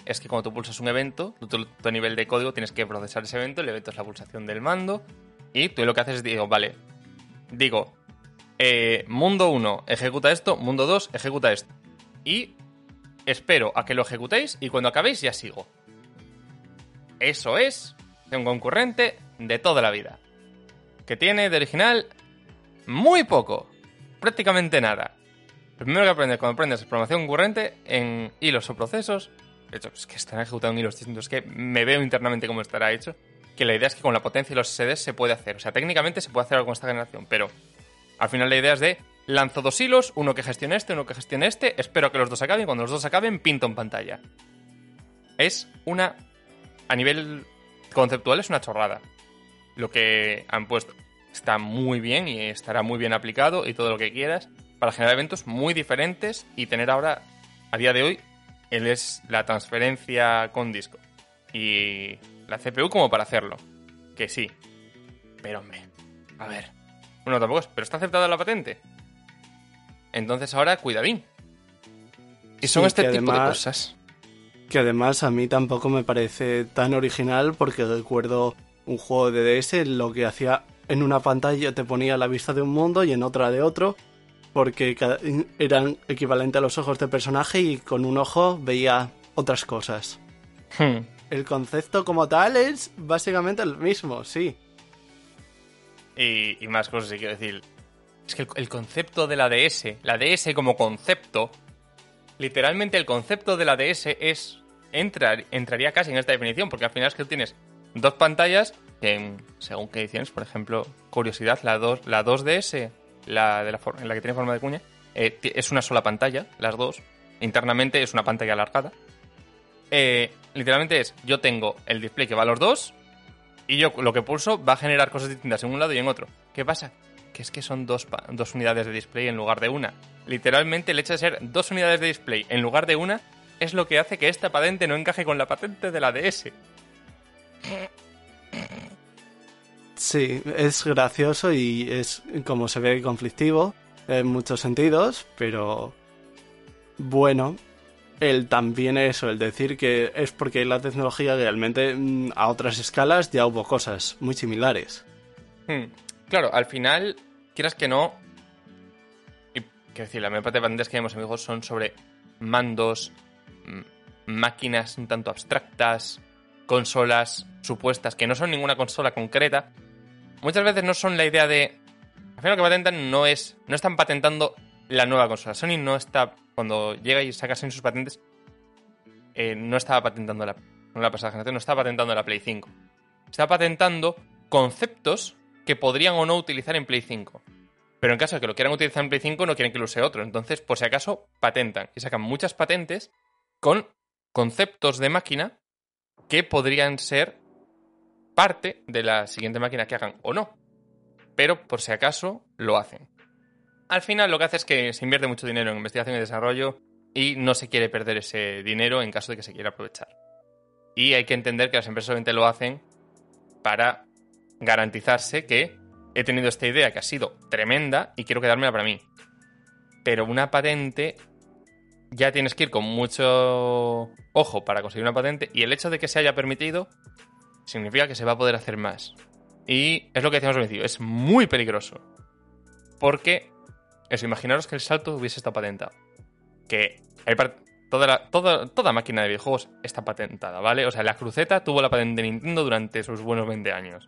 es que cuando tú pulsas un evento, tú, tú, tú a nivel de código tienes que procesar ese evento, el evento es la pulsación del mando, y tú lo que haces es, digo, vale, digo, eh, mundo uno, ejecuta esto, mundo dos, ejecuta esto. Y espero a que lo ejecutéis y cuando acabéis ya sigo. Eso es un concurrente de toda la vida. Que tiene de original muy poco, prácticamente nada. Lo primero que aprendes cuando aprendes es programación concurrente en hilos o procesos. De hecho, es que están ejecutando en hilos distintos. Es que me veo internamente cómo estará hecho. Que la idea es que con la potencia y los S Ds se puede hacer. O sea, técnicamente se puede hacer algo con esta generación, pero al final la idea es de lanzo dos hilos, uno que gestione este, uno que gestione este, espero a que los dos acaben, cuando los dos acaben, pinto en pantalla. Es una... A nivel conceptual es una chorrada. Lo que han puesto está muy bien y estará muy bien aplicado y todo lo que quieras para generar eventos muy diferentes y tener ahora, a día de hoy, él es la transferencia con disco. Y la C P U como para hacerlo. Que sí. Pero, hombre, a ver. Bueno, tampoco es, pero está aceptada la patente. Entonces ahora, cuidadín. Y son sí, este tipo además, de cosas. Que además a mí tampoco me parece tan original porque recuerdo un juego de D S lo que hacía en una pantalla te ponía la vista de un mundo y en otra de otro porque eran equivalentes a los ojos del personaje y con un ojo veía otras cosas. Hmm. El concepto como tal es básicamente el mismo, sí. Y, y más cosas, sí quiero decir. Es que el, el concepto de la D S, la D S como concepto, literalmente el concepto de la D S es entrar, entraría casi en esta definición, porque al final es que tú tienes dos pantallas, que según qué ediciones, por ejemplo, curiosidad, la, dos, la dos D S, la, de la, for- la que tiene forma de cuña, eh, es una sola pantalla, las dos. Internamente es una pantalla alargada. Eh, literalmente es, yo tengo el display que va a los dos, y yo lo que pulso va a generar cosas distintas en un lado y en otro. ¿Qué pasa? Que es que son dos, pa- dos unidades de display en lugar de una. Literalmente el hecho de ser dos unidades de display en lugar de una es lo que hace que esta patente no encaje con la patente de la D S. Sí, es gracioso y es, como se ve, conflictivo en muchos sentidos, pero bueno, el también eso, el decir que es porque la tecnología realmente mm, a otras escalas ya hubo cosas muy similares. Hmm. Claro, al final, quieras que no, y quiero decir, la mayor parte de patentes que vemos, amigos, son sobre mandos, m- máquinas un tanto abstractas, consolas supuestas, que no son ninguna consola concreta. Muchas veces no son la idea de... Al final lo que patentan no es... No están patentando la nueva consola. Sony no está... Cuando llega y saca Sony sus patentes, eh, no estaba patentando la... No la pasada generación, no estaba patentando la Play cinco. Está patentando conceptos que podrían o no utilizar en Play cinco. Pero en caso de que lo quieran utilizar en Play cinco, no quieren que lo use otro. Entonces, por si acaso, patentan. Y sacan muchas patentes con conceptos de máquina que podrían ser parte de la siguiente máquina que hagan o no. Pero, por si acaso, lo hacen. Al final, lo que hace es que se invierte mucho dinero en investigación y desarrollo y no se quiere perder ese dinero en caso de que se quiera aprovechar. Y hay que entender que las empresas solamente lo hacen para garantizarse que he tenido esta idea que ha sido tremenda y quiero quedármela para mí. Pero una patente ya tienes que ir con mucho ojo para conseguir una patente y el hecho de que se haya permitido significa que se va a poder hacer más. Y es lo que decíamos al principio, es muy peligroso. Porque, eso, imaginaros que el salto hubiese estado patentado. Que hay par- toda, la, toda, toda máquina de videojuegos está patentada, ¿vale? O sea, la cruceta tuvo la patente de Nintendo durante sus buenos veinte años.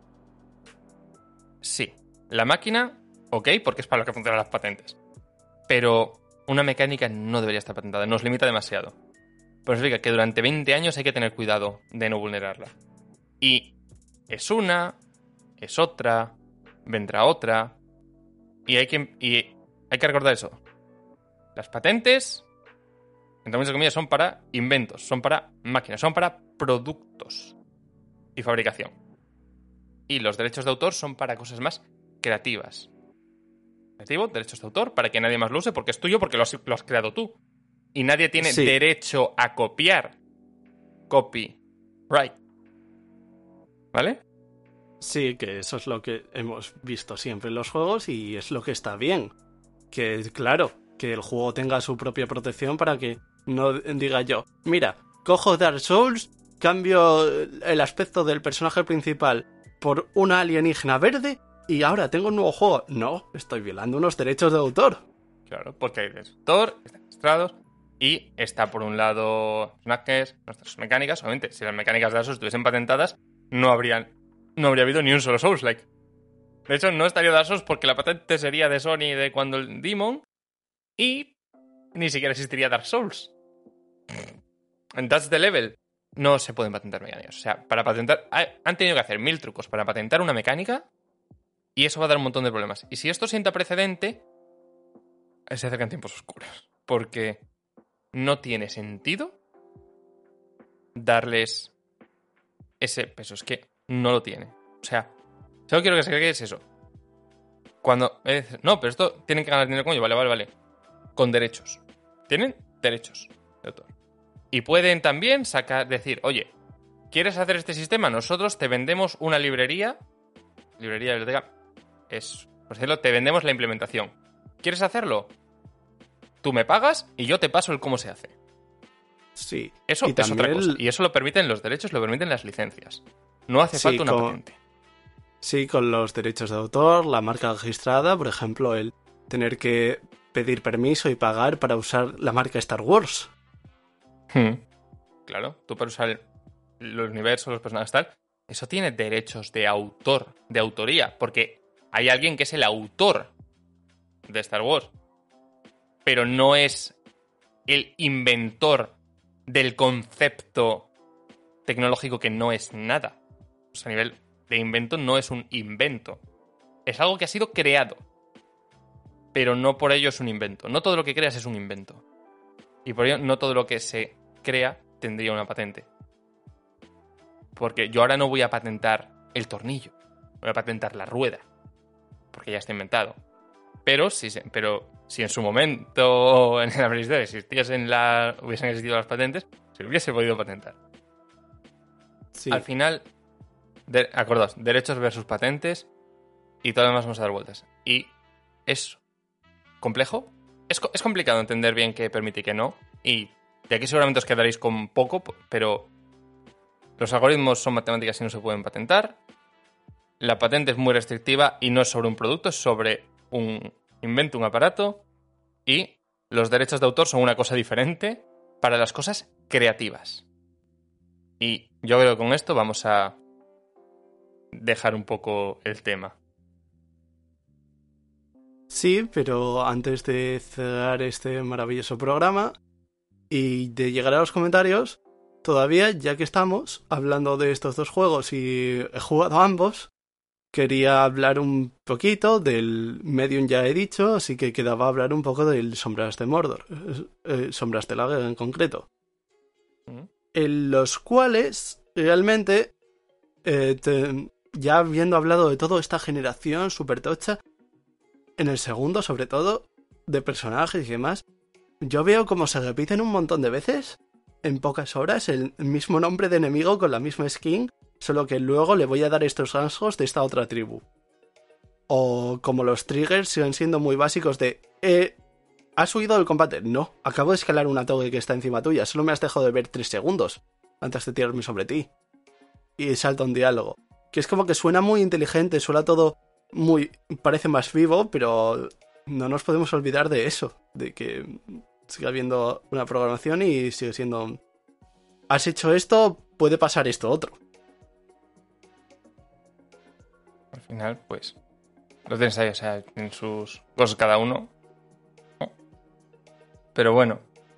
Sí, la máquina, ok, porque es para lo que funcionan las patentes. Pero una mecánica no debería estar patentada, nos limita demasiado. Pues significa que durante veinte años hay que tener cuidado de no vulnerarla. Y es una, es otra, vendrá otra. Y hay que, y hay que recordar eso. Las patentes, entre muchas comillas, son para inventos, son para máquinas, son para productos y fabricación. Y los derechos de autor son para cosas más creativas. Creativo, derechos de autor, para que nadie más lo use, porque es tuyo, porque lo has, lo has creado tú. Y nadie tiene Sí. derecho a copiar. Copyright. ¿Vale? Sí, que eso es lo que hemos visto siempre en los juegos y es lo que está bien. Que, claro, que el juego tenga su propia protección para que no diga yo, mira, cojo Dark Souls, cambio el aspecto del personaje principal por una alienígena verde y ahora tengo un nuevo juego. No, estoy violando unos derechos de autor. Claro, porque hay derechos de autor, están registrados y está por un lado personajes, nuestras mecánicas. Obviamente, si las mecánicas de Dark Souls estuviesen patentadas, no habrían, no habría habido ni un solo Souls-like. De hecho, no estaría Dark Souls porque la patente sería de Sony de cuando el Demon y ni siquiera existiría Dark Souls. En That's the Level no se pueden patentar mecánicas. O sea, para patentar... Han tenido que hacer mil trucos para patentar una mecánica y eso va a dar un montón de problemas. Y si esto sienta precedente, se acercan tiempos oscuros. Porque no tiene sentido darles ese peso. Es que no lo tiene. O sea, solo quiero que se cree que es eso. Cuando... Eh, no, pero esto tienen que ganar dinero con ello. Vale, vale, vale. Con derechos. Tienen derechos de autor. Y pueden también sacar, decir, oye, ¿quieres hacer este sistema? Nosotros te vendemos una librería. Librería de biblioteca. Es, por decirlo, te vendemos la implementación. ¿Quieres hacerlo? Tú me pagas y yo te paso el cómo se hace. Sí. Eso y es otra cosa. Y eso lo permiten los derechos, lo permiten las licencias. No hace sí, falta una con... patente. Sí, con los derechos de autor, la marca registrada, por ejemplo, el tener que pedir permiso y pagar para usar la marca Star Wars. Hmm. Claro, tú para usar el, los universos, los personajes tal, eso tiene derechos de autor, de autoría, porque hay alguien que es el autor de Star Wars, pero no es el inventor del concepto tecnológico que no es nada. O sea, a nivel de invento no es un invento. Es algo que ha sido creado, pero no por ello es un invento. No todo lo que creas es un invento. Y por ello no todo lo que se crea tendría una patente. Porque yo ahora no voy a patentar el tornillo, voy a patentar la rueda, porque ya está inventado. Pero si, pero si en su momento en la prehistoria existiesen la, hubiesen existido las patentes, se hubiese podido patentar. Sí. Al final, de, acordaos, derechos versus patentes y todo lo demás vamos a dar vueltas. Y es complejo, es, es complicado entender bien qué permite y qué no, y de aquí seguramente os quedaréis con poco, pero los algoritmos son matemáticas y no se pueden patentar. La patente es muy restrictiva y no es sobre un producto, es sobre un invento, un aparato. Y los derechos de autor son una cosa diferente para las cosas creativas. Y yo creo que con esto vamos a dejar un poco el tema. Sí, pero antes de cerrar este maravilloso programa y de llegar a los comentarios, todavía, ya que estamos hablando de estos dos juegos y he jugado a ambos, quería hablar un poquito del Medium, ya he dicho, así que quedaba hablar un poco del Sombras de Mordor, eh, Sombras de la Guerra en concreto, ¿Mm? en los cuales realmente, eh, te, ya habiendo hablado de toda esta generación super tocha, en el segundo sobre todo, de personajes y demás, yo veo como se repiten un montón de veces, en pocas horas, el mismo nombre de enemigo con la misma skin, solo que luego le voy a dar estos rasgos de esta otra tribu. O como los triggers siguen siendo muy básicos de... Eh, ¿Has huido del combate? No, acabo de escalar una torre que está encima tuya, solo me has dejado de ver tres segundos antes de tirarme sobre ti. Y salta un diálogo. Que es como que suena muy inteligente, suena todo muy... parece más vivo, pero no nos podemos olvidar de eso, de que sigue habiendo una programación y sigue siendo... Has hecho esto, puede pasar esto otro. Al final, pues, lo tienes ahí, o sea, en sus cosas cada uno. Pero bueno,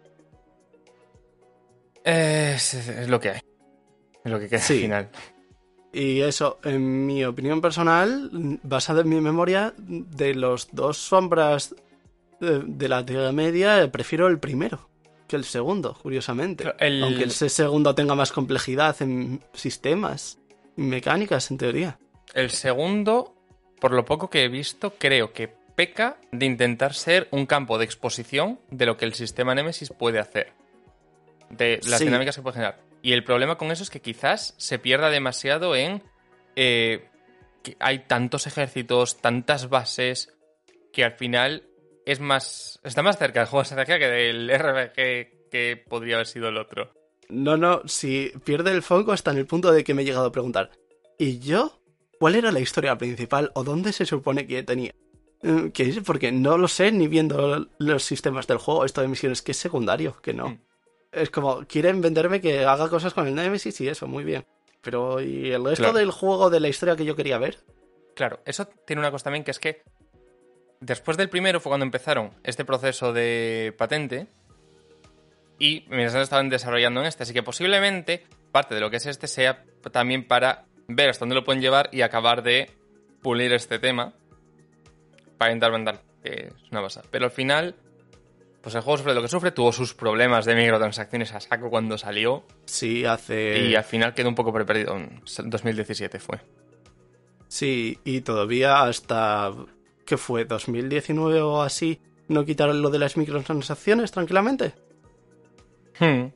es, es lo que hay, es lo que queda sí. al final. Y eso, en mi opinión personal, basada en mi memoria, de los dos sombras de, de la Tierra Media, prefiero el primero que el segundo, curiosamente. El... Aunque el segundo tenga más complejidad en sistemas y mecánicas, en teoría. El segundo, por lo poco que he visto, creo que peca de intentar ser un campo de exposición de lo que el sistema Nemesis puede hacer. De las sí. dinámicas que puede generar. Y el problema con eso es que quizás se pierda demasiado en... Eh, que hay tantos ejércitos, tantas bases, que al final es más... está más cerca del juego de estrategia que del R P G que podría haber sido el otro. No, no, si pierde el foco hasta en el punto de que me he llegado a preguntar, ¿y yo? ¿Cuál era la historia principal o dónde se supone que tenía? Eh, ¿Qué es? Porque no lo sé ni viendo los sistemas del juego, esto de misiones, que es secundario, que no. Mm. Es como, quieren venderme que haga cosas con el Nemesis y eso, muy bien. Pero, ¿y el resto Claro. del juego, de la historia que yo quería ver? Claro, eso tiene una cosa también que es que después del primero fue cuando empezaron este proceso de patente y mientras estaban desarrollando en este, así que posiblemente parte de lo que es este sea también para ver hasta dónde lo pueden llevar y acabar de pulir este tema para intentar vender, que es una pasada. Pero al final, pues el juego sufre lo que sufre, tuvo sus problemas de microtransacciones a saco cuando salió Sí, hace... y al final quedó un poco perdido. En dos mil diecisiete fue. Sí, y todavía hasta... ¿Qué fue? ¿dos mil diecinueve o así? ¿No quitaron lo de las microtransacciones tranquilamente? Hmm.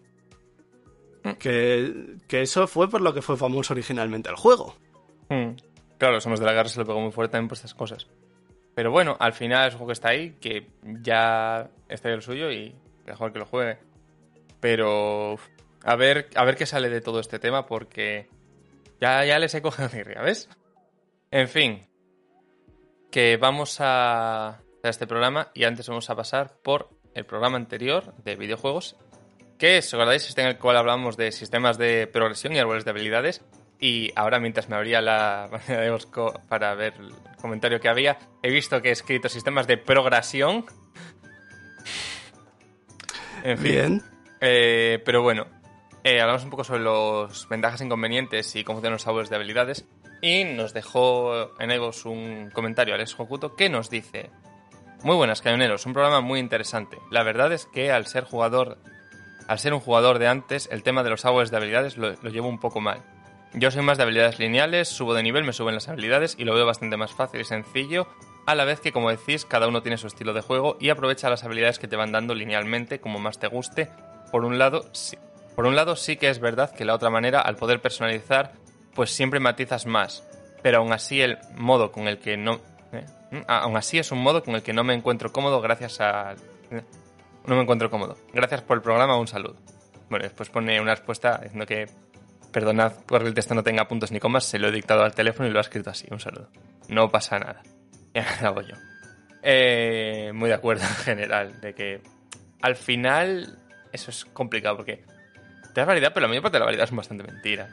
Que, que eso fue por lo que fue famoso originalmente el juego. Hmm. Claro, Somos de la Guerra se lo pegó muy fuerte también por estas cosas. Pero bueno, al final es un juego que está ahí, que ya está ahí el suyo y mejor que lo juegue. Pero uf, a ver, a ver qué sale de todo este tema porque ya, ya les he cogido mirria, ¿ves? En fin, que vamos a hacer este programa y antes vamos a pasar por el programa anterior de videojuegos, que es, ¿recordáis? Este en el cual hablamos de sistemas de progresión y árboles de habilidades. Y ahora, mientras me abría la página de Osco para ver el comentario que había, he visto que he escrito sistemas de progresión. En fin. Bien. Eh, pero bueno, eh, hablamos un poco sobre los ventajas e inconvenientes y cómo funcionan los árboles de habilidades. Y nos dejó en Egos un comentario Alex Hokuto que nos dice: muy buenas, cañoneros, un programa muy interesante. La verdad es que al ser jugador, al ser un jugador de antes, el tema de los árboles de habilidades lo, lo llevo un poco mal. Yo soy más de habilidades lineales, subo de nivel, me suben las habilidades y lo veo bastante más fácil y sencillo, a la vez que, como decís, cada uno tiene su estilo de juego y aprovecha las habilidades que te van dando linealmente como más te guste. Por un lado, sí, por un lado sí que es verdad que la otra manera, al poder personalizar, pues siempre matizas más, pero aún así el modo con el que no... ¿eh? Aún así es un modo con el que no me encuentro cómodo gracias a... ¿eh? No me encuentro cómodo. Gracias por el programa, un saludo. Bueno, después pone una respuesta diciendo que perdonad porque el texto no tenga puntos ni comas, se lo he dictado al teléfono y lo ha escrito así, un saludo. No pasa nada. Ya lo hago yo. Eh, muy de acuerdo en general, de que al final eso es complicado porque te da variedad, pero la mayor parte de la variedad es bastante mentira.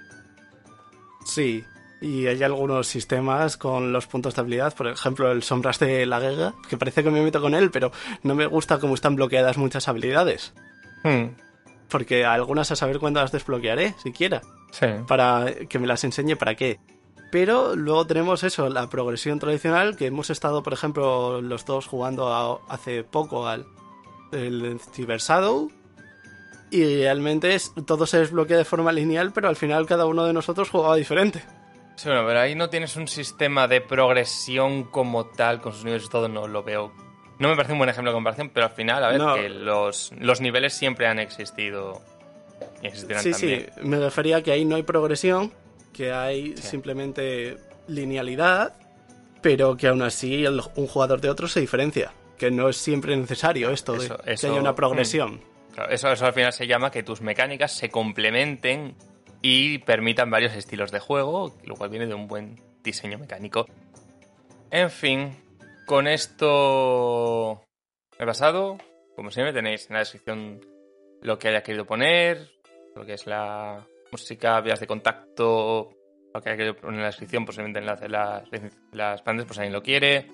Sí, y hay algunos sistemas con los puntos de habilidad, por ejemplo el Sombras de la Guerra, que parece que me meto con él, pero no me gusta cómo están bloqueadas muchas habilidades. Hmm. Porque algunas a saber cuándo las desbloquearé, siquiera. Sí. Para que me las enseñe para qué. Pero luego tenemos eso, la progresión tradicional, que hemos estado, por ejemplo, los dos jugando a, hace poco al el Cyber Shadow. Y realmente es, todo se desbloquea de forma lineal, pero al final cada uno de nosotros jugaba diferente. Sí, bueno, pero ahí no tienes un sistema de progresión como tal, con sus niveles y todo, no lo veo. No me parece un buen ejemplo de comparación, pero al final, a ver, No. que los, los niveles siempre han existido y existirán Sí, también. sí, me refería a que ahí no hay progresión, que hay Sí. simplemente linealidad, pero que aún así el- un jugador de otro se diferencia. Que no es siempre necesario esto Eso- de eso- que haya una progresión. Claro, eso, eso al final se llama que tus mecánicas se complementen y permitan varios estilos de juego, lo cual viene de un buen diseño mecánico. En fin, con esto he pasado. Como siempre tenéis en la descripción lo que haya querido poner, lo que es la música, vías de contacto, lo que haya querido poner en la descripción, posiblemente enlace las, las pandas, pues alguien lo quiere.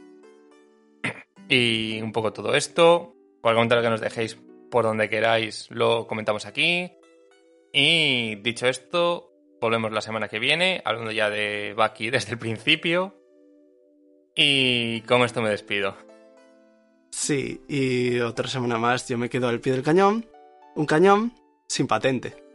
Y un poco todo esto. Cualquier comentario que nos dejéis por donde queráis lo comentamos aquí. Y dicho esto, volvemos la semana que viene, hablando ya de Bucky desde el principio. Y con esto me despido. Sí, y otra semana más yo me quedo al pie del cañón. Un cañón sin patente.